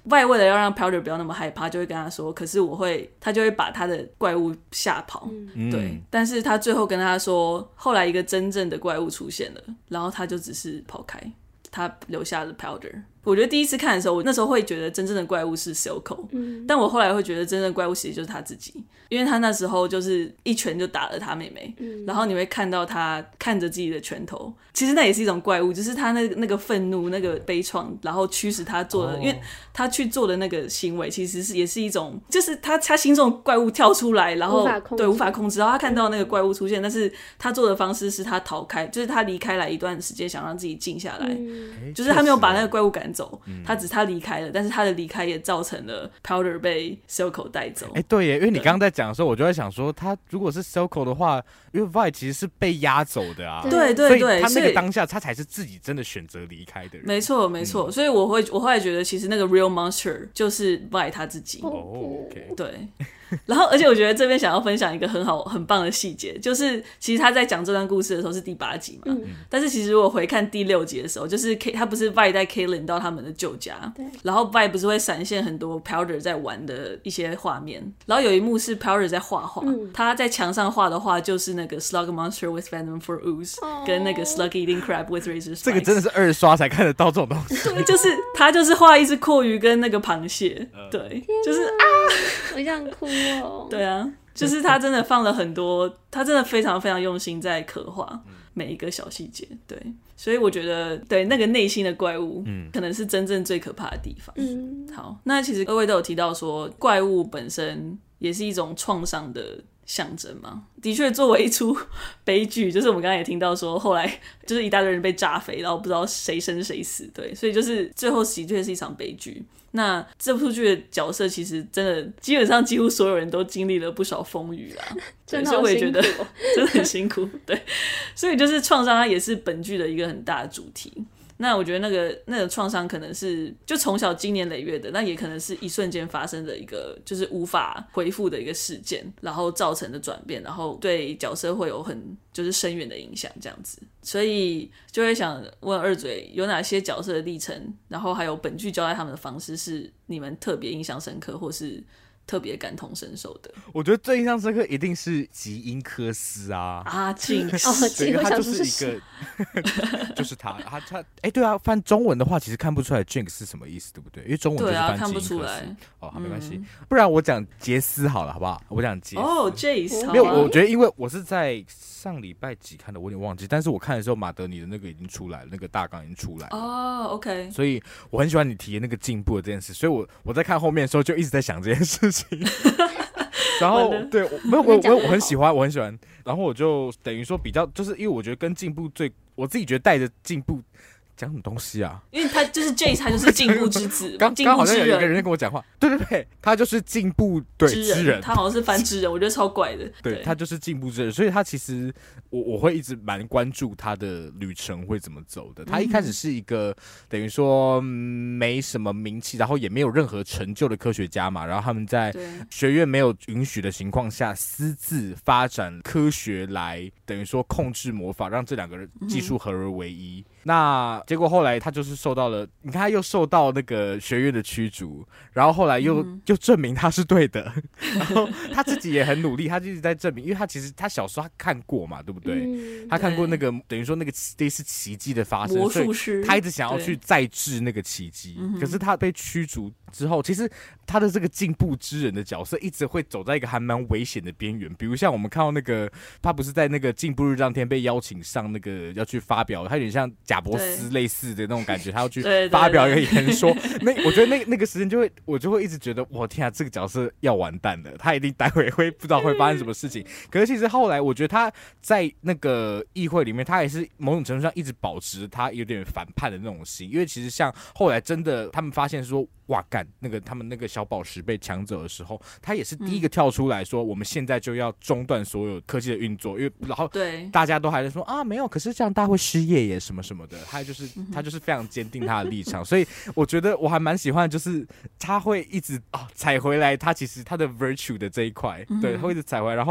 外为了要让 Powder 不要那么害怕，就会跟他说，可是我会，他就会把他的怪物吓跑， 嗯、 对。但是他最后跟他说，后来一个真正的怪物出现了，然后他就只是跑开，他留下了 Powder。我觉得第一次看的时候，我那时候会觉得真正的怪物是 Silco，嗯、但我后来会觉得真正的怪物其实就是他自己，因为他那时候就是一拳就打了他妹妹，嗯、然后你会看到他看着自己的拳头，其实那也是一种怪物，就是他那那个愤怒、那个悲怆，然后驱使他做的，哦、因为他去做的那个行为，其实是也是一种，就是他他心中的怪物跳出来，然后无对无法控制，然后他看到那个怪物出现，但是他做的方式是他逃开，就是他离开来一段时间，想让自己静下来，嗯、就是他没有把那个怪物赶走，嗯、他只他离开了，但是他的离开也造成了 Powder 被 Silco 带走。 哎，对耶，因为你刚刚在讲的时候，我就在想说，他如果是 Silco 的话，因为 Vi 其实是被压走的啊， 对对对， 所以他那个当下他才是自己真的选择离开的人。 没错没错，嗯、所以我会我后来觉得，其实那个 real monster 就是 Vi 他自己。 哦 ，OK， 对。然后，而且我觉得这边想要分享一个很好、很棒的细节，就是其实他在讲这段故事的时候是第八集嘛，嗯、但是其实如果回看第六集的时候，就是 K, 他不是 Vi 带 Caitlyn 到他们的旧家，然后 Vi 不是会闪现很多 Powder 在玩的一些画面，然后有一幕是 Powder 在画画，嗯、他在墙上画的画就是那个 Slug Monster with Venom for Ooze，哦、跟那个 Slug Eating Crab with Razor Spikes， 这个真的是二刷才看得到这种东西。 对，就是他就是画一只阔鱼跟那个螃蟹，呃、对，就是啊， 我想哭哦。 对啊。就是他真的放了很多，他真的非常非常用心在刻画每一个小细节，对，所以我觉得对那个内心的怪物，嗯，可能是真正最可怕的地方。嗯，好，那其实各位都有提到说，怪物本身也是一种创伤的象征嘛。的确，作为一出悲剧，就是我们刚刚也听到说，后来就是一大堆人被炸飞，然后不知道谁生谁死，对，所以就是最后的确是一场悲剧。那这部剧的角色其实真的基本上几乎所有人都经历了不少风雨啦， 真的所以我也觉得真的很辛苦，对，所以就是创伤它也是本剧的一个很大的主题。那我觉得那个那个创伤可能是就从小经年累月的，那也可能是一瞬间发生的一个就是无法恢复的一个事件，然后造成的转变，然后对角色会有很就是深远的影响这样子。所以就会想问二嘴有哪些角色的历程，然后还有本剧交代他们的方式是你们特别印象深刻或是特别感同身受的。 我觉得最印象深刻一定是吉因科斯啊， 阿静哦，吉我想说是一个，就是他，他他，哎、欸，对啊，翻中文的话其实看不出来 Jinx 是什么意思，对不对？因为中文就是翻吉因科斯， 对啊，看不出来。 哦，好，没关系，嗯、不然我讲杰斯好了，好不好？我讲杰斯。 哦 ，Jace， 没有，我觉得因为我是在上礼拜几看的，我有点忘记，但是我看的时候马德里的那个已经出来了，那个大纲已经出来了。 哦 ，OK。 所以我很喜欢你提的那个进步的这件事，所以我我在看后面的时候就一直在想这件事。然后对，没有我我我很喜欢，我很喜欢。然后我就等于说比较，就是因为我觉得跟进步最，我自己觉得带着进步讲什么东西啊？ 因为他就是 Jace， 他就是进步之子， 刚刚好像有一个人在跟我讲话，对对对，他就是进步对之 人, 之人， 他好像是翻之人，我觉得超怪的。 对，对他就是进步之人，所以他其实我我会一直蛮关注他的旅程会怎么走的。他一开始是一个、嗯、等于说、嗯、没什么名气，然后也没有任何成就的科学家嘛，然后他们在学院没有允许的情况下，私自发展科学来等于说控制魔法，让这两个人技术合而为一。嗯，那结果后来他就是受到了，你看他又受到那个学院的驱逐，然后后来又、嗯、又证明他是对的，然后他自己也很努力，他就一直在证明，因为他其实他小时候他看过嘛，对不对？嗯、他看过那个等于说那个类似奇迹的发生， 魔术师， 他一直想要去再制那个奇迹，可是他被驱逐之后，其实他的这个进步之人的角色一直会走在一个还蛮危险的边缘，比如像我们看到那个他不是在那个进步日当天被邀请上那个要去发表，他有点像贾伯斯类似的那种感觉，他要去发表一个演说。那我觉得那那个时间就会，我就会一直觉得，我天啊，这个角色要完蛋了，他一定待会会不知道会发生什么事情。可是其实后来，我觉得他在那个议会里面，他也是某种程度上一直保持他有点反叛的那种心，因为其实像后来真的他们发现说，哇干，那个他们那个小宝石被抢走的时候，他也是第一个跳出来说，我们现在就要中断所有科技的运作，因为然后大家都还在说啊没有，可是这样大家会失业耶什么什么的，他就是他就是非常坚定他的立场，所以我觉得我还蛮喜欢，就是他会一直、哦、踩回来，他其实他的 virtue 的这一块，对，他会一直踩回来，然后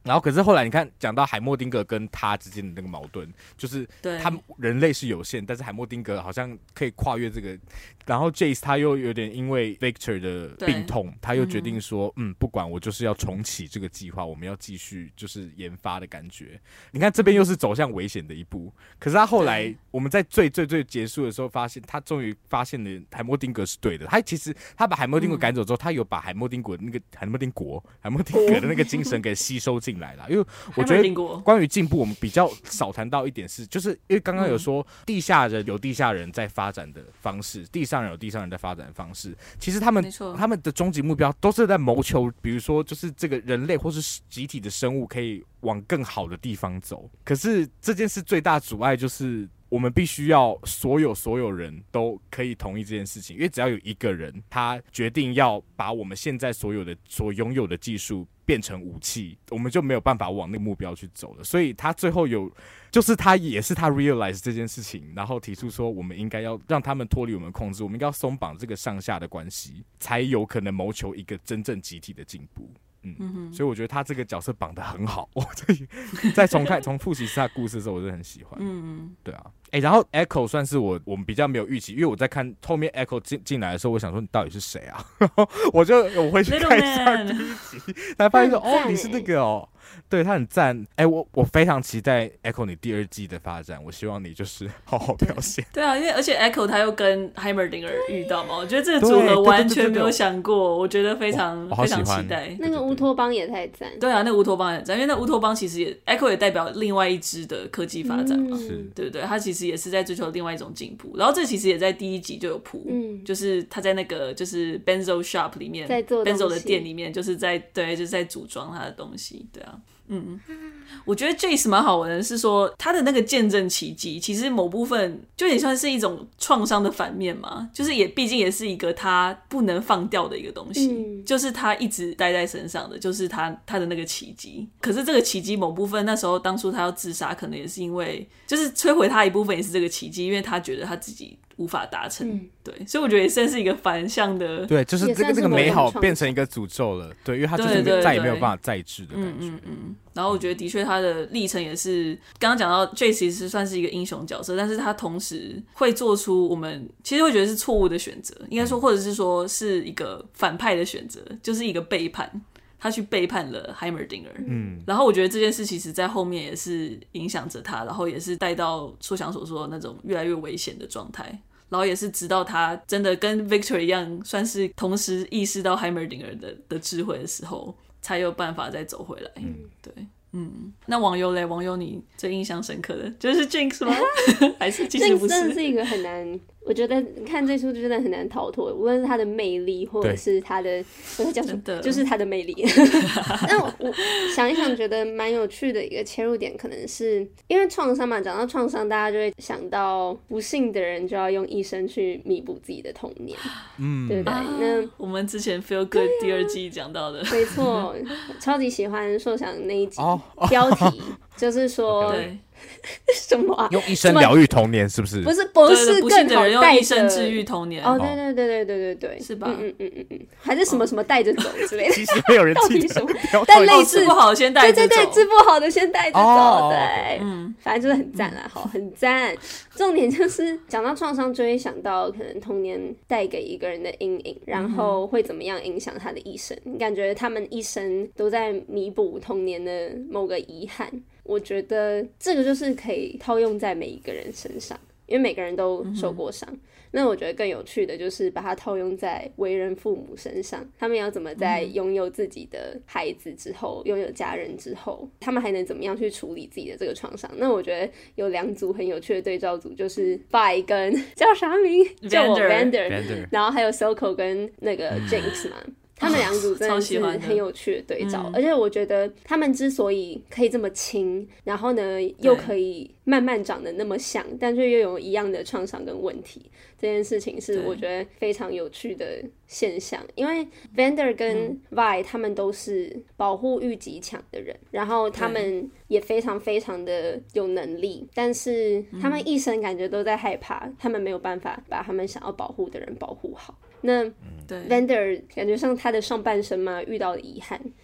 然后可是后来你看讲到海默丁格跟他之间的那个矛盾，就是他们人类是有限，但是海默丁格好像可以跨越这个，然后 Jace 他又有点因为 Victor 的病痛，他又决定说 嗯, 嗯不管，我就是要重启这个计划，我们要继续就是研发的感觉。你看这边又是走向危险的一步，可是他后来我们在最最最结束的时候发现，他终于发现了海默丁格是对的。他其实他把海默丁格赶走之后，嗯、他有把海默丁格那个海默丁国海默丁格的那个精神给吸收进来了。因为我觉得关于进步，我们比较少谈到一点是，就是因为刚刚有说地下人有地下人在发展的方式，地上人有地上人在发展的方式。其实他们他们的终极目标都是在谋求，比如说就是这个人类或是集体的生物可以往更好的地方走。可是这件事最大阻碍就是我们必须要所有所有人都可以同意这件事情，因为只要有一个人他决定要把我们现在所有的所拥有的技术变成武器，我们就没有办法往那个目标去走了。所以他最后有就是他也是他 realize 这件事情，然后提出说我们应该要让他们脱离我们控制，我们应该要松绑这个上下的关系，才有可能谋求一个真正集体的进步。嗯，嗯所以我觉得他这个角色绑得很好。我在重看重复习他的故事的时候，我就很喜欢。嗯，对啊。哎、欸，然后 Echo 算是我我们比较没有预期，因为我在看后面 Echo 进进来的时候，我想说你到底是谁啊？然后我就我回去看一下第一集，才发现说哦，你是那个哦。对他很赞，哎、欸，我我非常期待 Echo 你第二季的发展，我希望你就是好好表现。 对, 对啊，因为而且 Echo 他又跟 Heimerdinger 遇到嘛，我觉得这个组合完全没有想过，我觉得非常非常期待。 那个乌托邦也太赞。 对啊，那个乌托邦也很赞，因为那乌托邦其实也 Echo 也代表另外一支的科技发展嘛， 嗯、 对不对？他其实也是在追求另外一种进步。然后这其实也在第一集就有铺，嗯，就是他在那个就是 Benzo Shop 里面， 在做 Benzo 的店里面，就是在对就是在组装他的东西，对啊。嗯，我觉得 Jace 蛮好玩的是说他的那个见证奇迹其实某部分就也算是一种创伤的反面嘛，就是也毕竟也是一个他不能放掉的一个东西、嗯、就是他一直待在身上的就是他他的那个奇迹。可是这个奇迹某部分那时候当初他要自杀可能也是因为就是摧毁他一部分也是这个奇迹，因为他觉得他自己无法达成、嗯、对，所以我觉得也算是一个反向的， 对，就是这个这个美好变成一个诅咒了，对，因为他就是再也没有办法再制的感觉。 嗯嗯嗯。然后我觉得的确他的历程也是刚刚讲到 Jace 其实算是一个英雄角色，但是他同时会做出我们其实会觉得是错误的选择，应该说或者是说是一个反派的选择，就是一个背叛，他去背叛了 Heimerdinger。 嗯，然后我觉得这件事其实在后面也是影响着他，然后也是带到硕翔所说的那种越来越危险的状态，然后也是直到他真的跟 Victor 一样算是同时意识到 Heimerdinger 的, 的智慧的时候才有办法再走回来。嗯，对，嗯，那网友嘞，网友你最印象深刻的就是 Jinx 吗？还是其实不是？ Jinx 真的是一个很难，我觉得看这出真的很难逃脱，无论是他的魅力或者是他的我在讲什么，就是他的魅力。那我, 我想一想觉得蛮有趣的一个切入点，可能是因为创伤嘛，讲到创伤大家就会想到不幸的人就要用一生去弥补自己的童年，嗯，对不对、啊、那我们之前 Feel Good 第二季讲到的、啊、 没错，超级喜欢硕翔那一集、oh, oh, 标题就是说对什么啊？ 用一生疗愈童年是不是？ 不是，不是更好带着用一生治愈童年。 哦，对对对对对对对， 是吧？ 嗯嗯嗯嗯，还是什么什么带着走之类的。 其实没有人记得， 但类似治不好先带着走， 对对对，治不好的先带着走，对，嗯，反正就是很赞啦，好，很赞。重点就是讲到创伤，就会想到可能童年带给一个人的阴影，然后会怎么样影响他的一生。你感觉他们一生都在弥补童年的某个遗憾。我觉得这个就是可以套用在每一个人身上，因为每个人都受过伤、嗯、那我觉得更有趣的就是把它套用在为人父母身上，他们要怎么在拥有自己的孩子之后、拥有家人之后，他们还能怎么样去处理自己的这个创伤。那我觉得有两组很有趣的对照组，就是 Vi 跟叫啥名叫我 Vander， 然后还有 Soko 跟那个 Jinx 嘛、嗯，他们两组真的是很有趣的对照、哦、而且我觉得他们之所以可以这么亲，然后呢又可以慢慢长得那么像，但却又有一样的创伤跟问题，这件事情是我觉得非常有趣的现象。因为 Vander 跟 Vi 他们都是保护欲极强的人，然后他们也非常非常的有能力，但是他们一生感觉都在害怕、嗯、他们没有办法把他们想要保护的人保护好。那 Vander 感觉上他的上半生嘛遇到的遗憾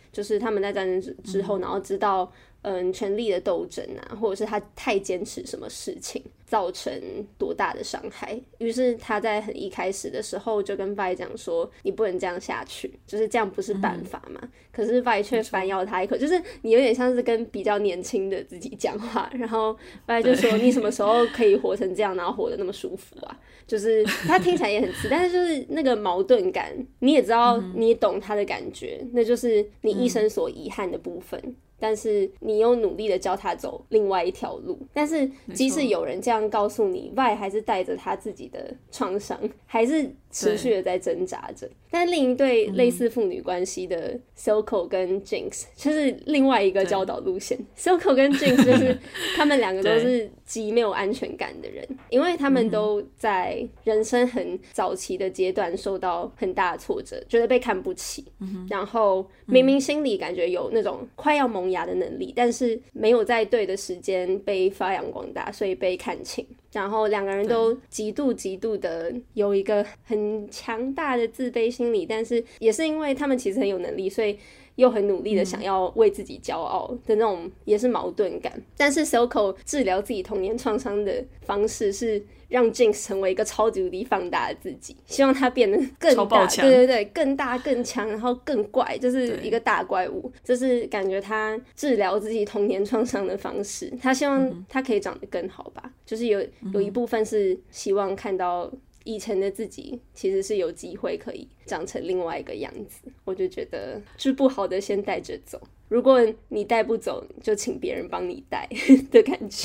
就是他们在战争之之后，然后知道嗯权力的斗争啊，或者是他太坚持什么事情，造成多大的伤害。于是他在很一开始的时候就跟 Vi 讲说，你不能这样下去，就是这样不是办法嘛。嗯、可是 Vi 却反咬他一口，就是你有点像是跟比较年轻的自己讲话，然后 Vi 就说你什么时候可以活成这样，然后活得那么舒服啊？就是他听起来也很刺，但是就是那个矛盾感，你也知道，你懂他的感觉，嗯、那就是你一生所遗憾的部分。嗯，但是你又努力的教他走另外一条路，但是即使有人这样告诉你， Vi 还是带着他自己的创伤，还是持续的在挣扎着。但另一对类似父女关系的 Silco 跟 Jinx 就是另外一个教导路线。Silco 跟 Jinx 就是他们两个都是极没有安全感的人，因为他们都在人生很早期的阶段受到很大的挫折，觉得被看不起，嗯、然后明明心里感觉有那种快要萌芽的能力，但是没有在对的时间被发扬光大，所以被看轻。然后两个人都极度极度的有一个很强大的自卑心理，但是也是因为他们其实很有能力，所以又很努力的想要为自己骄傲的那种，也是矛盾感。但是 Silco 治疗自己童年创伤的方式是让 Jinx 成为一个超级无敌放大的自己，希望他变得更大，对对对，更大更强，然后更怪，就是一个大怪物。这是感觉他治疗自己童年创伤的方式。他希望他可以长得更好吧，嗯、就是有有一部分是希望看到以前的自己其实是有机会可以长成另外一个样子。我就觉得治不好的先带着走，如果你带不走就请别人帮你带的感觉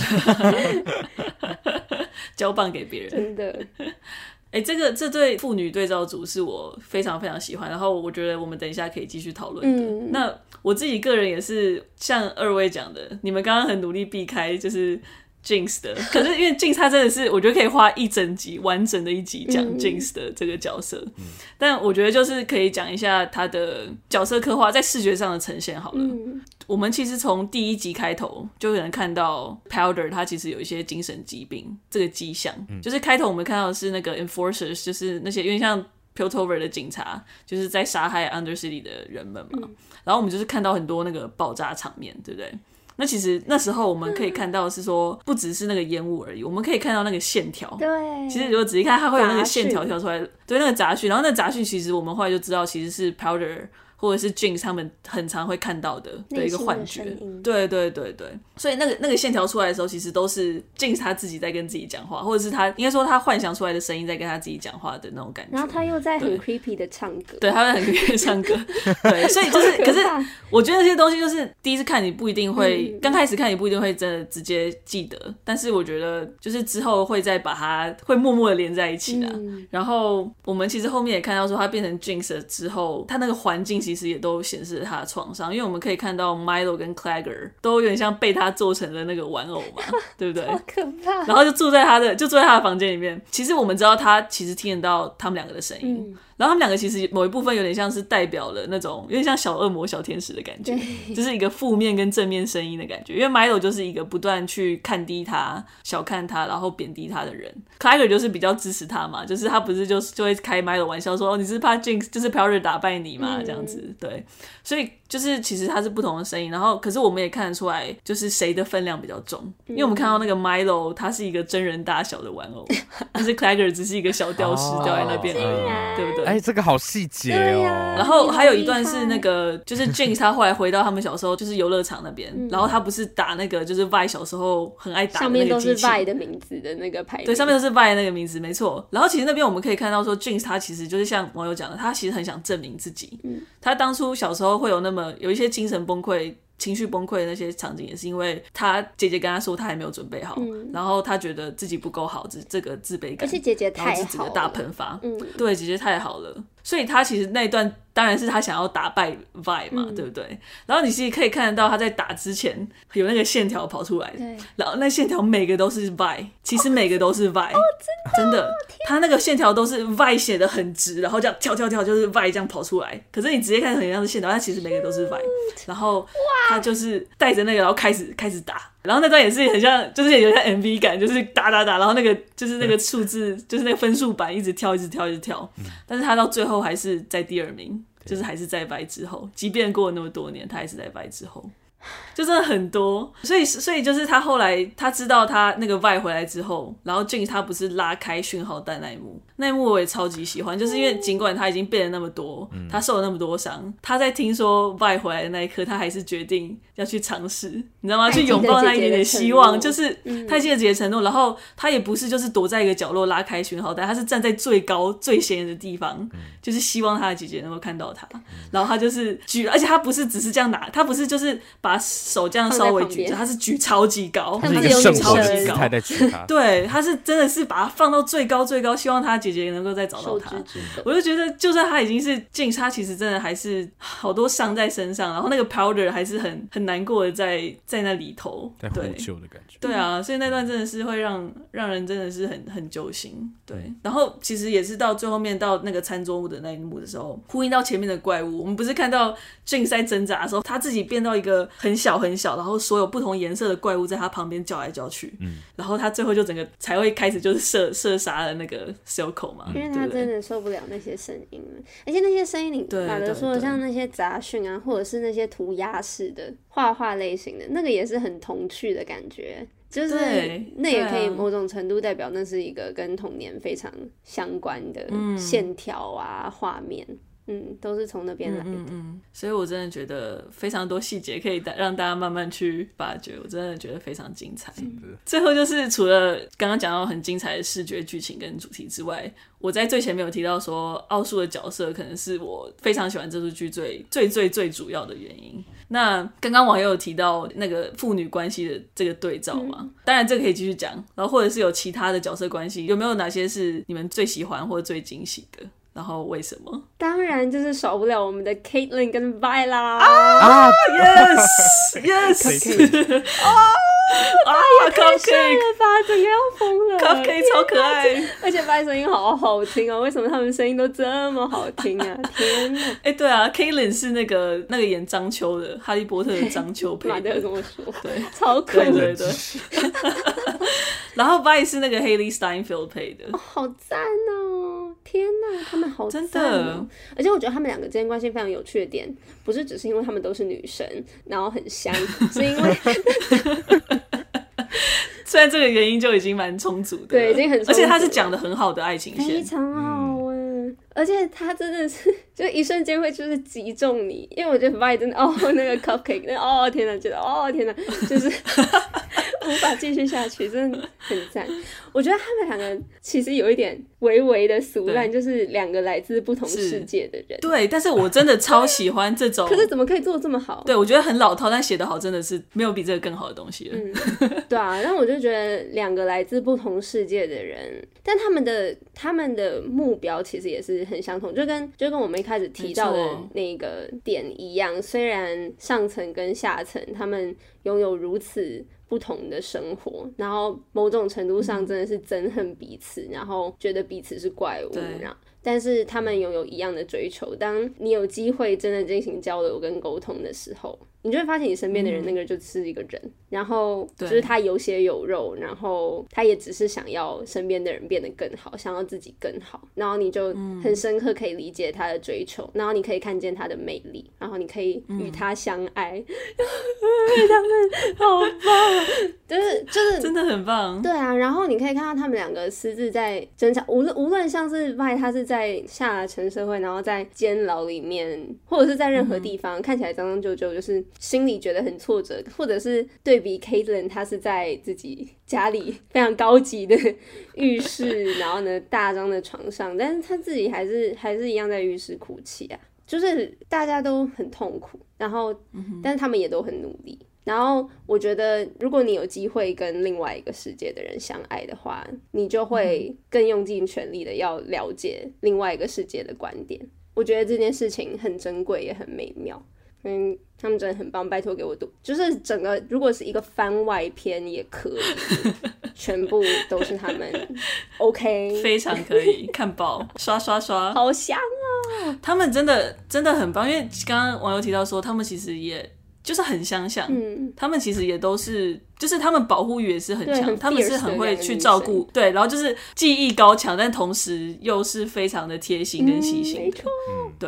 交棒给别人， 真的。 哎、欸，这个这对父女对照组是我非常非常喜欢，然后我觉得我们等一下可以继续讨论的。嗯、那我自己个人也是像二位讲的，你们刚刚很努力避开就是 Jinx 的，可是因为 Jinx 他真的是我觉得可以花一整集完整的一集讲 Jinx 的这个角色，嗯、但我觉得就是可以讲一下他的角色刻画在视觉上的呈现好了。嗯，我们其实从第一集开头就有人看到 Powder 他其实有一些精神疾病这个迹象，嗯、就是开头我们看到的是那个 Enforcers， 就是那些有点像 Piltover 的警察，就是在杀害 Undercity 的人们嘛，嗯、然后我们就是看到很多那个爆炸场面，对不对？那其实那时候我们可以看到是说不只是那个烟雾而已，我们可以看到那个线条， 对， 其实如果仔细看它会有那个线条跳出来，对，那个杂讯，然后那个杂讯其实我们后来就知道其实是 Powder或者是 Jinx 他们很常会看到的的一个幻觉，对对对对，所以那个那个线条出来的时候，其实都是 Jinx 他自己在跟自己讲话，或者是他应该说他幻想出来的声音在跟他自己讲话的那种感觉。 然后他又在很 creepy 的唱歌， 对，他会很 creepy 的唱歌，对，所以就是，可是我觉得那些东西就是第一次看你不一定会，刚、嗯、开始看你不一定会真的直接记得，但是我觉得就是之后会再把它会默默的连在一起啦。嗯、然后我们其实后面也看到说他变成 Jinx 了之后，他那个环境其实也都显示了他的创伤，因为我们可以看到 Milo 跟 Clagger 都有点像被他做成了那个玩偶嘛，对不对？ 好可怕！ 然后就住在他的就住在他的房间里面。其实我们知道他其实听得到他们两个的声音。嗯，然后他们两个其实某一部分有点像是代表了那种有点像小恶魔小天使的感觉，就是一个负面跟正面声音的感觉。因为 Milo 就是一个不断去看低他小看他然后贬低他的人， Clagger 就是比较支持他嘛，就是他不是就就会开 Milo 玩笑说、哦、你是怕 Jinx 就是 Powder 打败你嘛、嗯、这样子，对，所以就是其实他是不同的声音。然后可是我们也看得出来就是谁的分量比较重，因为我们看到那个 Milo 他是一个真人大小的玩偶，但是 Clagger 只是一个小吊饰吊在那边而已、哦、对不对？ 哎，这个好细节哦、 啊。 然后还有一段是那个就是 Jinx 他后来回到他们小时候就是游乐场那边、嗯、然后他不是打那个就是 Vi 小时候很爱打的那个机器， 上面都是 Vi 的名字的那个牌， 对，上面都是 Vi 的那个名字，没错。然后其实那边我们可以看到说 Jinx 他其实就是像网友讲的，他其实很想证明自己、嗯、他当初小时候会有那么有一些精神崩溃情绪崩溃的那些场景，也是因为他姐姐跟他说他还没有准备好、嗯、然后他觉得自己不够好，这个自卑感， 而且姐姐太好了， 然后是整个大喷发、 嗯、 对，姐姐太好了，所以他其实那一段当然是他想要打败 Vi 嘛、嗯、对不对？然后你其实可以看得到他在打之前有那个线条跑出来，然后那线条每个都是 Vi， 其实每个都是 Vi、哦、真的真的他那个线条都是 Vi 写的很直，然后这样跳跳跳就是 Vi 这样跑出来，可是你直接看很像是线条，但其实每个都是 Vi， 然后他就是带着那个然后开始开始打，然后那段也是很像就是有点像 M V 感，就是打打打，然后那个就是那个数字就是那个分数板一直跳一直跳一直跳、嗯、但是他到最后还是在第二名， 就是还是在白之后，即便过了那么多年，他还是在白之后。就真的很多，所以所以就是他后来他知道他那个 Vi 回来之后，然后 Jinx 他不是拉开讯号弹那一幕，那一幕我也超级喜欢，就是因为尽管他已经变了那么多，嗯、他受了那么多伤，他在听说 Vi 回来的那一刻，他还是决定要去尝试，你知道吗？去拥抱那一点点希望，就是他记得姐姐承诺，然后他也不是就是躲在一个角落拉开讯号弹，他是站在最高最显眼的地方，嗯、就是希望他的姐姐能够看到他，然后他就是举，而且他不是只是这样拿，他不是就是把手这样稍微举着，他是举超级高， 他是一个圣火的姿态在举他。 对，他是真的是把他放到最高最高，希望他姐姐能够再找到他。我就觉得，就算他已经是Jinx，他其实真的还是好多伤在身上，然后那个 Powder 还是很很难过的在在那里头， 在呼救的感觉。 对啊，所以那段真的是会让让人真的是很很揪心。对，然后其实也是到最后面到那个餐桌屋的那一幕的时候，呼应到前面的怪物，我们不是看到 Jinx 在挣扎的时候，他自己变到一个很小很小，然后所有不同颜色的怪物在他旁边叫来叫去，嗯，然后他最后就整个才会开始就是射射杀了那个 Silco 嘛， 因为他真的受不了那些声音了，而且那些声音你马德说的像那些杂讯啊，或者是那些涂鸦式的画画类型的，那个也是很童趣的感觉。就是那也可以某种程度代表那是一个跟童年非常相关的线条啊画面。嗯，都是从那边来的。嗯嗯， 所以我真的觉得非常多细节可以让大家慢慢去发掘，我真的觉得非常精彩。最后就是除了刚刚讲到很精彩的视觉剧情跟主题之外，我在最前面有提到说奥数的角色可能是我非常喜欢这部剧最最最最主要的原因。那刚刚网友有提到那个父女关系的这个对照嘛、嗯、当然这个可以继续讲，然后或者是有其他的角色关系，有没有哪些是你们最喜欢或者最惊喜的，然后为什么？ 当然就是少不了我们的 Caitlyn 跟 Vi 啦。 啊 yes yes 啊啊 Cupcake 了吧，整个要疯了。 Cupcake 超可爱， 而且 Vi 声音好好听哦，为什么他们声音都这么好听啊？天哪！ 哎、欸，对啊 Caitlyn 是那个那个演张秋的哈利波特的张秋配的， 马德跟我说， 对， 超酷的， 对对对然后 Vi 是那个 Haley Steinfeld 配的、 哦、好赞哦，天哪，他们好赞、哦、真的。而且我觉得他们两个之间关系非常有趣的点，不是只是因为他们都是女生然后很香，是因为虽然这个原因就已经蛮充足的， 对，已经很充足了， 而且他是讲的很好的爱情线， 非常好哎、嗯，而且他真的是就一瞬间会就是击中你，因为我觉得 Vi 真的哦那个 Cupcake 那哦天哪，觉得哦天哪，就是无法继续下去，真的很赞。我觉得他们两个其实有一点微微的俗烂，就是两个来自不同世界的人。 对，但是我真的超喜欢这种。 可是怎么可以做得这么好？ 对，我觉得很老套，但写得好真的是没有比这个更好的东西了。 嗯，对啊，但我就觉得两个来自不同世界的人，但他们的他们的目标其实也是很相同，就跟就跟我们一开始提到的那个点一样。虽然上层跟下层他们拥有如此不同的生活，然后某种程度上真的是憎恨彼此、嗯、然后觉得彼此是怪物，然后但是他们拥有一样的追求。当你有机会真的进行交流跟沟通的时候，你就会发现你身边的人那个就是一个人、嗯、然后就是他有血有肉，然后他也只是想要身边的人变得更好，想要自己更好，然后你就很深刻可以理解他的追求、嗯、然后你可以看见他的魅力，然后你可以与他相爱、嗯、他们好棒，就是就是真的很棒。 对啊，然后你可以看到他们两个私自在争吵，无论无论像是 Vi 他是在下沉社会，然后在监牢里面，或者是在任何地方、嗯、看起来脏脏旧旧，就是心里觉得很挫折，或者是对比 Caitlyn 他是在自己家里非常高级的浴室然后呢大张的床上，但是他自己还是还是一样在浴室哭泣啊，就是大家都很痛苦，然后、嗯、但是他们也都很努力。然后我觉得如果你有机会跟另外一个世界的人相爱的话，你就会更用尽全力的要了解另外一个世界的观点。我觉得这件事情很珍贵也很美妙，嗯，他们真的很棒，拜托给我读，就是整个如果是一个番外篇也可以全部都是他们 OK 非常可以看爆刷刷刷， 好香啊， 他们真的真的很棒。因为刚刚网友提到说他们其实也就是很相像、嗯、他们其实也都是就是他们保护欲也是很强，他们是很会去照顾，对，然后就是技艺高强，但同时又是非常的贴心跟细心的、嗯、没错，对，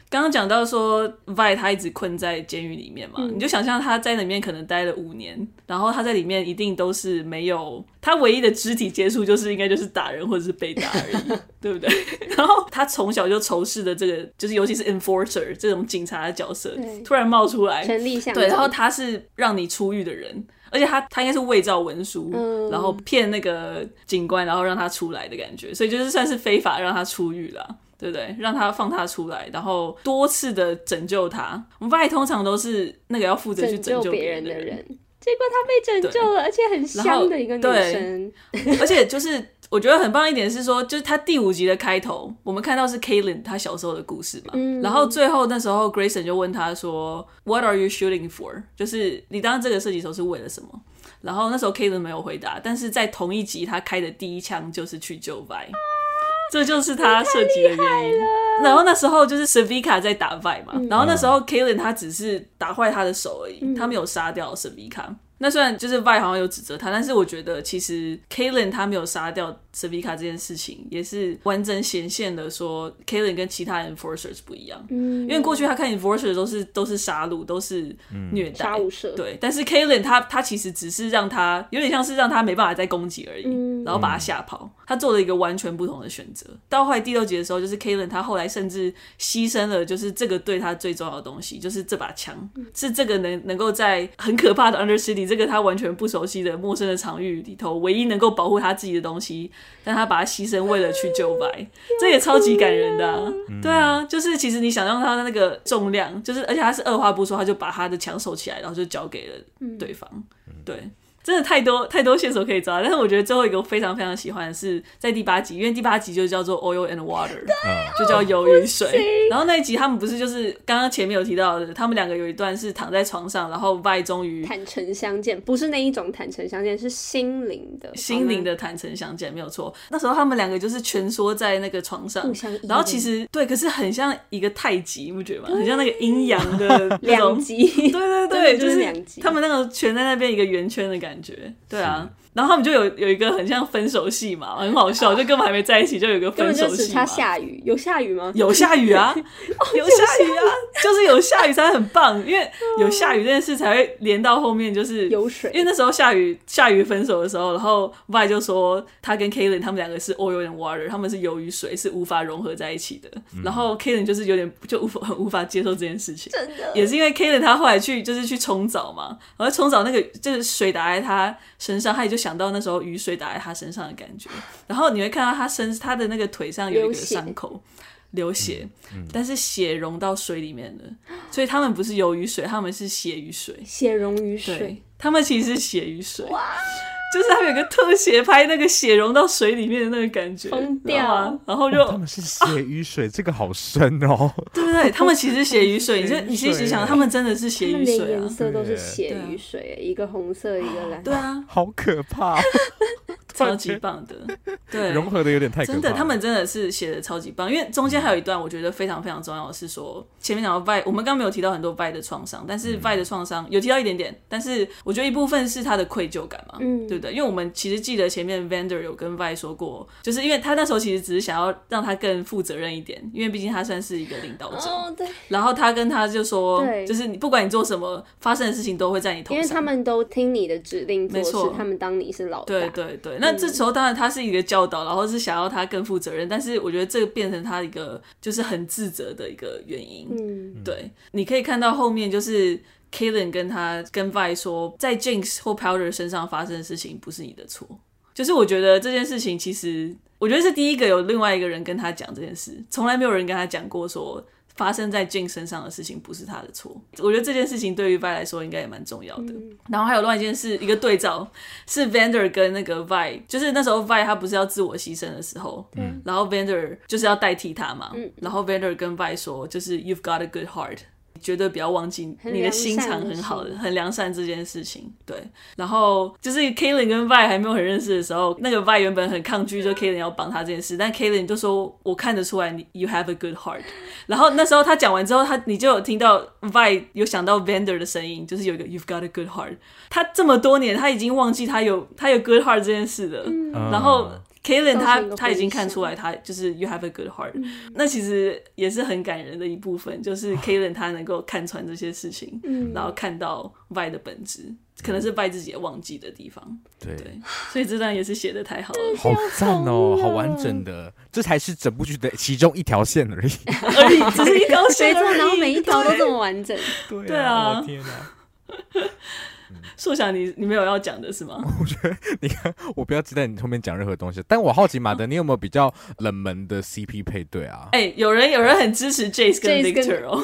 刚刚讲到说 Vi 他一直困在监狱里面嘛、嗯、你就想象他在里面可能待了五年，然后他在里面一定都是没有，他唯一的肢体接触就是应该就是打人或者是被打而已对不对？然后他从小就仇视的这个就是尤其是 enforcer 这种警察的角色突然冒出来， 权力象征， 对，然后他是让你出狱的人，而且他他应该是伪造文书、嗯、然后骗那个警官然后让他出来的感觉，所以就是算是非法让他出狱啦，对不对？让他放他出来，然后多次的拯救他。我们外通常都是那个要负责去拯救别人的人， 人结果他被拯救了，而且很香的一个女生。 而且就是我觉得很棒一点是说，就是他第五集的开头，我们看到是 Caitlin 他小时候的故事嘛、嗯、然后最后那时候 Grayson 就问他说 What are you shooting for？ 就是你当这个射击手是为了什么？然后那时候 Caitlin 没有回答，但是在同一集他开的第一枪就是去救 Vi，这就是他射击的原因。然后那时候就是 Sevika 在打 Vi 嘛、嗯、然后那时候 Caitlin 他只是打坏他的手而已、嗯、他没有杀掉 Sevika。那虽然就是 Vi 好像有指责他，但是我觉得其实 Caitlin 他没有杀掉 Sevika 这件事情也是完整显现的说 Caitlin 跟其他 Enforcers 不一样、嗯、因为过去他看 Enforcers 都是都是杀戮，都是虐待、 杀无赦， 对，但是 Caitlin 他他其实只是让他有点像是让他没办法再攻击而已、嗯、然后把他吓跑，他做了一个完全不同的选择。到后来第六集的时候，就是 Caitlin 他后来甚至牺牲了就是这个对他最重要的东西，就是这把枪、嗯、是这个能能够在很可怕的 Undercity这个他完全不熟悉的陌生的场域里头唯一能够保护他自己的东西，但他把它牺牲为了去救 Vi， 这也超级感人的啊、嗯、对啊，就是其实你想象他的那个重量，就是而且他是二话不说他就把他的枪收起来然后就交给了对方、嗯、对，真的太多太多线索可以抓。但是我觉得最后一个我非常非常喜欢的是在第八集，因为第八集就叫做 Oil and Water， 就叫油与水。然后那一集他们不是就是刚刚前面有提到的，他们两个有一段是躺在床上，然后 Vi 终于坦诚相见，不是那一种坦诚相见，是心灵的心灵的坦诚相见，没有错。那时候他们两个就是蜷缩在那个床上，然后其实对，可是很像一个太极，你不觉得吗？很像那个阴阳的两极， 对对对， 就是两极， 他们那个蜷在那边一个圆圈的感觉，对啊。然后他们就有有一个很像分手戏嘛，很好笑，就根本还没在一起就有一个分手戏嘛，根本就只差下雨。有下雨吗？ 有下雨啊，有下雨啊，就是有下雨才很棒，因为有下雨这件事才会连到后面，就是有水。 因为那时候下雨下雨分手的时候，然后 Vi 就说他跟 Caitlin 他们两个是 oil and water， 他们是油与水，是无法融合在一起的。嗯、然后 Caitlin 就是有点就无法很无法接受这件事情， 真的也是因为 Caitlin 他后来去就是去冲澡嘛，然后冲澡那个就是水打在他身上，他也就想到那时候雨水打在他身上的感觉，然后你会看到他身他的那个腿上有一个伤口流血、嗯嗯、但是血融到水里面了，所以他们不是油与水，他们是血与水， 血融于水， 他们其实是血与水，哇，就是他们有个特写拍那个血融到水里面的那个感觉， 疯掉， 然后就、 哦、他们是血与水、啊、这个好深哦， 对对对，他们其实血与水，你就你其实想他们真的是血与水、啊、 他们连颜色都是血与水，一个红色一个蓝色， 对啊， 好可怕超级棒的，对， 融合的有点太可怕了， 真的，他们真的是写的超级棒。因为中间还有一段我觉得非常非常重要的是说，前面讲到 Vi， 我们刚刚没有提到很多 Vi 的创伤，但是 Vi 的创伤有提到一点点，但是我觉得一部分是他的愧疚感嘛，嗯，对不对？因为我们其实记得前面 Vander 有跟 Vi 说过，就是因为他那时候其实只是想要让他更负责任一点，因为毕竟他算是一个领导者， 哦，对。 然后他跟他就说，就是你不管你做什么，发生的事情都会在你头上， 因为他们都听你的指令做事，他们当你是老大， 对对对。那这时候当然他是一个教导，然后是想要他更负责任，但是我觉得这个变成他一个就是很自责的一个原因。嗯，对，你可以看到后面就是 Caitlin 跟他跟 Vi 说，在 Jinx 或 Powder 身上发生的事情不是你的错。就是我觉得这件事情其实，我觉得是第一个有另外一个人跟他讲这件事，从来没有人跟他讲过说发生在 Jinx 身上的事情不是他的错。我觉得这件事情对于 Vi 来说应该也蛮重要的、嗯、然后还有另外一件事，一个对照是 Vander 跟那个 Vi， 就是那时候 Vi 他不是要自我牺牲的时候、嗯、然后 Vander 就是要代替他嘛、嗯、然后 Vander 跟 Vi 说就是 You've got a good heart，绝对不要忘记你的心肠很好的很良善这件事情。对，然后就是 Caitlin 跟 Vi 还没有很认识的时候，那个 Vi 原本很抗拒就 Caitlin 要帮他这件事，但 Caitlin 就说我看得出来你 You have a good heart， 然后那时候他讲完之后，他你就有听到 Vi 有想到 Vander 的声音，就是有一个 You've got a good heart， 他这么多年他已经忘记他有他有 good heart 这件事了、嗯、然后 Caitlyn 他他已经看出来他就是 you have a good heart、嗯、那其实也是很感人的一部分，就是 Caitlyn 他能够看穿这些事情、嗯、然后看到 Vi 的本质，可能是 Vi 自己也忘记的地方。 对, 对，所以这段也是写得太好了， 好赞哦，好完整的，这才是整部剧的其中一条线而已而已，只是一条线而已， 然后每一条都这么完整。 对啊，我天哪硕翔，你你没有要讲的是吗？ 我觉得你看，我不要期待你后面讲任何东西，但我好奇马德，你有没有比较冷门的 C P 配对啊？ 哎、欸，有人有人很支持 Jace 跟 Victor 哦。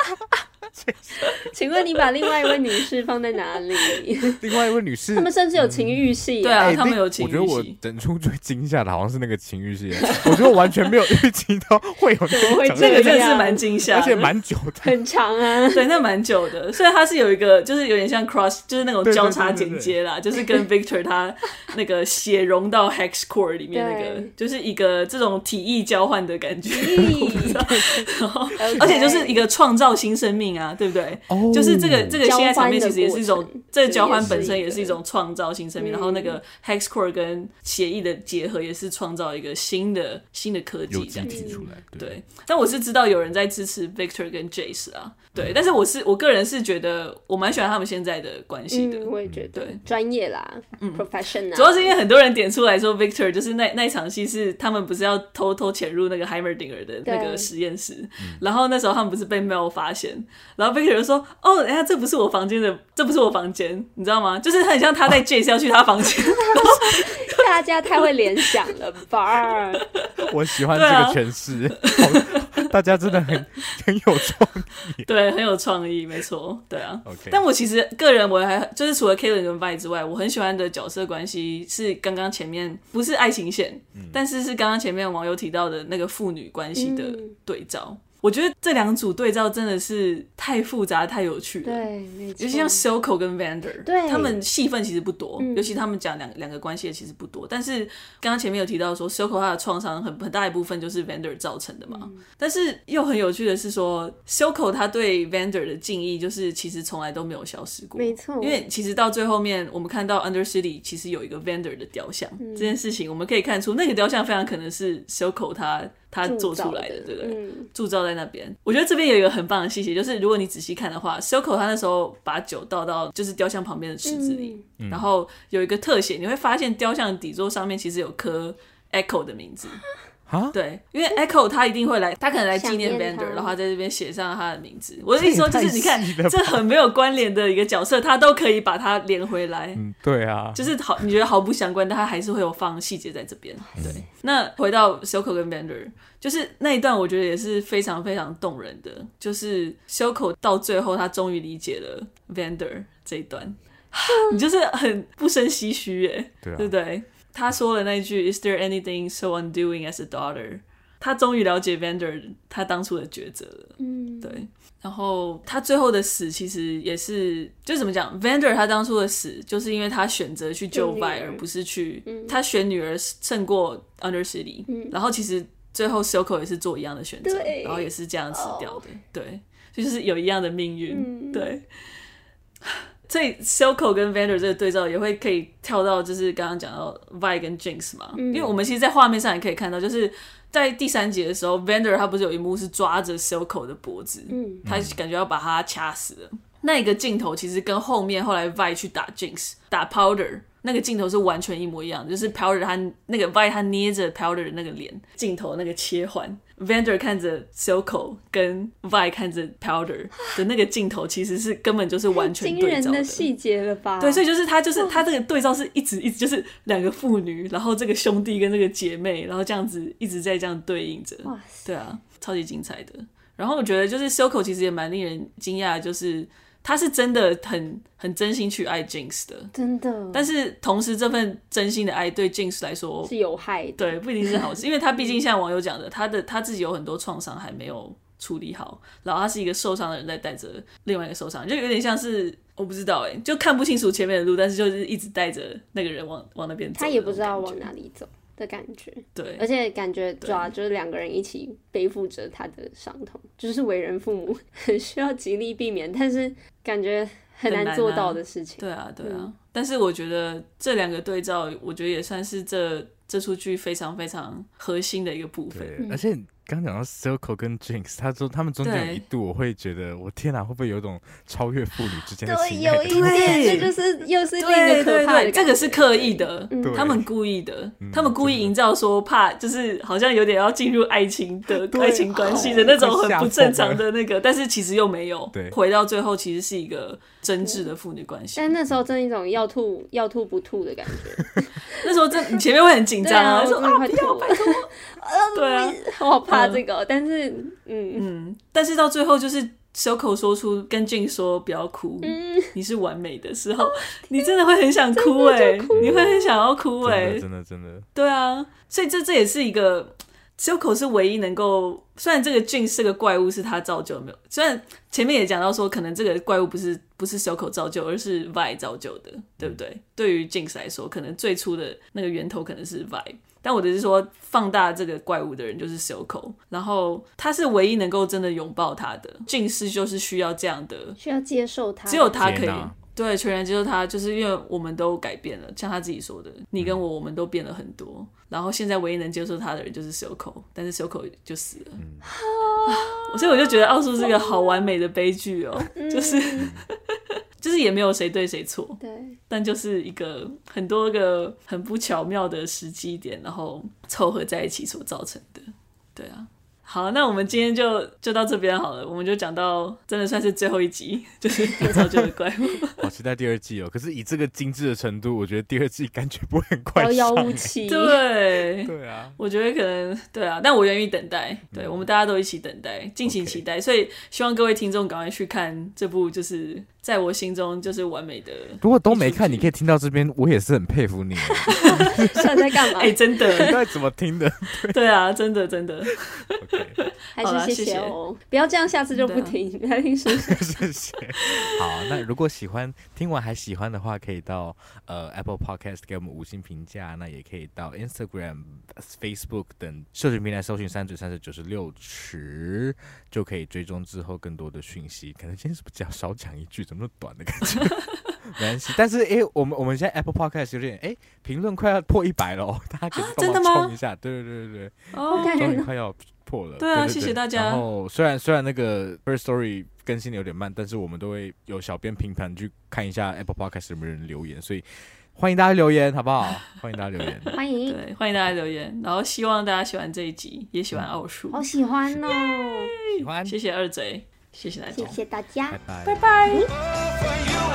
请问你把另外一位女士放在哪里？ 另外一位女士， 他们甚至有情欲戏、 嗯。对啊、欸，他们有情欲戏。 我觉得我整出最惊吓的好像是那个情欲戏，我觉得我完全没有预期到会有那个， 这个真的是蛮惊吓的， 而且蛮久的， 很长啊。 对，那蛮久的。所以它是有一个，就是有点像 cross， 就是那种交叉剪接啦，对对对对对，就是跟 Victor 他那个血融到 Hex Core 里面那个，就是一个这种体液交换的感觉。然后， okay. 而且就是一个创造新生命啊，对不对？哦。就是这个这个现在场面其实也是一种，这个交换本身也是一种创造新生命，然后那个 Hex Core 跟血液的结合也是创造一个新的新的科技这样子出来。对，对，但我是知道有人在支持 Victor 跟 Jace 啊，对，但是我是我个人是觉得我蛮喜欢他们现在的关系的、 嗯，我也觉得专业啦、嗯、，professional。 主要是因为很多人点出来说 Victor 就是那那一场戏是他们不是要偷偷潜入那个 Heimerdinger 的那个实验室，然后那时候他们不是被 Mel 发现，然后 Victor 就说。哦，等一下，这不是我房间的，这不是我房间，你知道吗？就是很像他在 Jace 要去他房间， 大家太会联想了吧？ 我喜欢这个诠释、啊，大家真的很很有创意， 对，很有创意，没错，对啊。 Okay. 但我其实个人我还就是除了 Caitlyn 跟 Vi 之外，我很喜欢的角色关系是刚刚前面不是爱情线、嗯，但是是刚刚前面网友提到的那个父女关系的对照。嗯，我觉得这两组对照真的是太复杂太有趣了， 对，没错。 尤其像 Silco 跟 Vander， 对， 他们戏份其实不多、嗯、尤其他们讲两两个关系的其实不多，但是刚刚前面有提到说 Silco 他的创伤 很, 很大一部分就是 Vander 造成的嘛、嗯、但是又很有趣的是说 Silco 他对 Vander 的敬意就是其实从来都没有消失过， 没错， 因为其实到最后面我们看到 Undercity 其实有一个 Vander 的雕像、嗯、这件事情我们可以看出那个雕像非常可能是 Silco 他他做出来的，对不对、嗯、铸造在那边。我觉得这边有一个很棒的细节，就是如果你仔细看的话 Silco 他那时候把酒倒到就是雕像旁边的池子里、嗯、然后有一个特写，你会发现雕像底座上面其实有刻 Echo 的名字。对，因为 Echo 他一定会来，他可能来纪念 Vander， 然后他在这边写上他的名字。我的意思说就是你看这很没有关联的一个角色，他都可以把它连回来。 嗯，对啊， 就是好，你觉得毫不相关，但他还是会有放细节在这边。对，那回到 Silco 跟 Vander， 就是那一段我觉得也是非常非常动人的，就是 Silco 到最后他终于理解了 Vander 这一段，你就是很不生唏嘘耶，对啊，对不对？他说了那句 Is there anything so undoing as a daughter？ 他终于了解 Vander 他当初的抉择了、嗯、对。然后他最后的死其实也是就怎么讲 Vander 他当初的死就是因为他选择去救 Vi 而不是去、嗯、他选女儿胜过 Undercity、嗯、然后其实最后 Silco 也是做一样的选择，然后也是这样死掉的、哦、对，就是有一样的命运、嗯、对。所以 Silco 跟 Vander 这个对照也会可以跳到就是刚刚讲到 Vi 跟 Jinx 嘛、嗯、因为我们其实在画面上也可以看到，就是在第三集的时候 Vander 他不是有一幕是抓着 Silco 的脖子、嗯、他感觉要把他掐死了、嗯、那一个镜头其实跟后面后来 Vi 去打 Jinx 打 Powder 那个镜头是完全一模一样的，就是 Powder 他那个 Vi 他捏着 Powder 的那个脸，镜头那个切换 Vander 看着 Silco 跟 Vi 看着 Powder 的那个镜头其实是根本就是完全对照的， 惊人的细节了吧？ 对，所以就是他就是他这个对照是一直一直就是两个父女，然后这个兄弟跟这个姐妹，然后这样子一直在这样对应着，对啊，超级精彩的。然后我觉得就是 Silco 其实也蛮令人惊讶的，就是他是真的很很真心去爱 Jinx 的， 真的。但是同时这份真心的爱对 Jinx 来说是有害的， 对，不一定是好事，因为他毕竟像网友讲的，他的他自己有很多创伤还没有处理好，然后他是一个受伤的人在带着另外一个受伤人，就有点像是我不知道哎、欸，就看不清楚前面的路，但是就是一直带着那个人往往那边走， 他也不知道往哪里走的感觉，对，而且感觉主要就是两个人一起背负着他的伤痛，就是为人父母很需要极力避免，但是感觉很难做到的事情。 对啊，对啊。 嗯、 但是我觉得这两个对照，我觉得也算是这这出剧非常非常核心的一个部分。 对，而且刚讲到 Silco 跟 Jinx， 他说他们中间有一度，我会觉得，我天哪，会不会有一种超越父女之间的情爱？ 对，有一点，这就是又是另一个可怕的感觉。 对对对，这个是刻意的， 嗯、 他们故意的， 嗯、 他们故意营造说怕，就是好像有点要进入爱情的爱情关系的那种很不正常的那个，但是其实又没有。 对， 回到最后其实是一个真挚的父女关系。 但那时候真一种要吐要吐不吐的感觉。 那时候真，你前面会很紧张啊，说啊， 不要，拜托。对啊， 我好怕这个，嗯、但是，嗯嗯，但是到最后就是 Silco 说出跟 Jinx 说不要哭，嗯、你是完美的时候，哦、你真的会很想哭哎、欸，你会很想要哭哎、欸， 真的真的， 对啊，所以这这也是一个 Silco 是唯一能够，虽然这个 Jinx 这个怪物是他造就没有，虽然前面也讲到说可能这个怪物不是不是 Silco 造就，而是 Vi 造就的，对不对？嗯、对于 Jinx 来说，可能最初的那个源头可能是 Vi。但我的是说，放大这个怪物的人就是 Silco， 然后他是唯一能够真的拥抱他的。Jinx就是需要这样的， 需要接受他， 只有他可以对全然接受他，就是因为我们都改变了，像他自己说的，你跟我我们都变了很多，然后现在唯一能接受他的人就是 Silco， 但是 Silco 就死了，嗯啊、所以我就觉得奥数是个好完美的悲剧哦，嗯、就是。就是也没有谁对谁错， 对， 但就是一个很多个很不巧妙的时机点，然后凑合在一起所造成的，对啊。好，那我们今天就就到这边好了，我们就讲到真的算是最后一集，就是不造就的怪物。 好期待第二季哦！可是以这个精致的程度，我觉得第二季感觉不会很快上。 遥遥无期。 对对啊， 我觉得可能对啊，但我愿意等待，对、嗯、我们大家都一起等待，敬请期待。Okay. 所以希望各位听众赶快去看这部，就是在我心中就是完美的。 如果都没看，你可以听到这边，我也是很佩服你。 现在在干嘛？ 哎、欸，真的， 你到底怎么听的？ 对, 对啊，真的真的。 Okay. 还是谢谢哦，不要这样，下次就不听，不要听是谢谢。好，那如果喜欢听完还喜欢的话，可以到呃 Apple Podcast 给我们五星评价，那也可以到 Instagram、Facebook 等社群平台搜寻三嘴三舌九十六尺，就可以追踪之后更多的讯息。可能今天是不是只要少讲一句，怎么那么短的感觉？没关系，但是哎、欸，我们我们现在 Apple Podcast 有点哎，评论快要破一百了哦，大家可以帮忙冲一下，对对对对对， 哦， 终于快要破了， 对啊， 对对对， 谢谢大家。 然后虽然虽然那个 First Story 更新的有点慢，但是我们都会有小编评判去看一下 Apple Podcast 有没有人留言，所以欢迎大家留言，好不好？欢迎大家留言， 欢迎， 对，欢迎大家留言。然后希望大家喜欢这一集，也喜欢奥数， 好喜欢哦， 喜欢， 谢谢二贼，谢谢大家， 谢谢大家， 拜拜， 拜拜。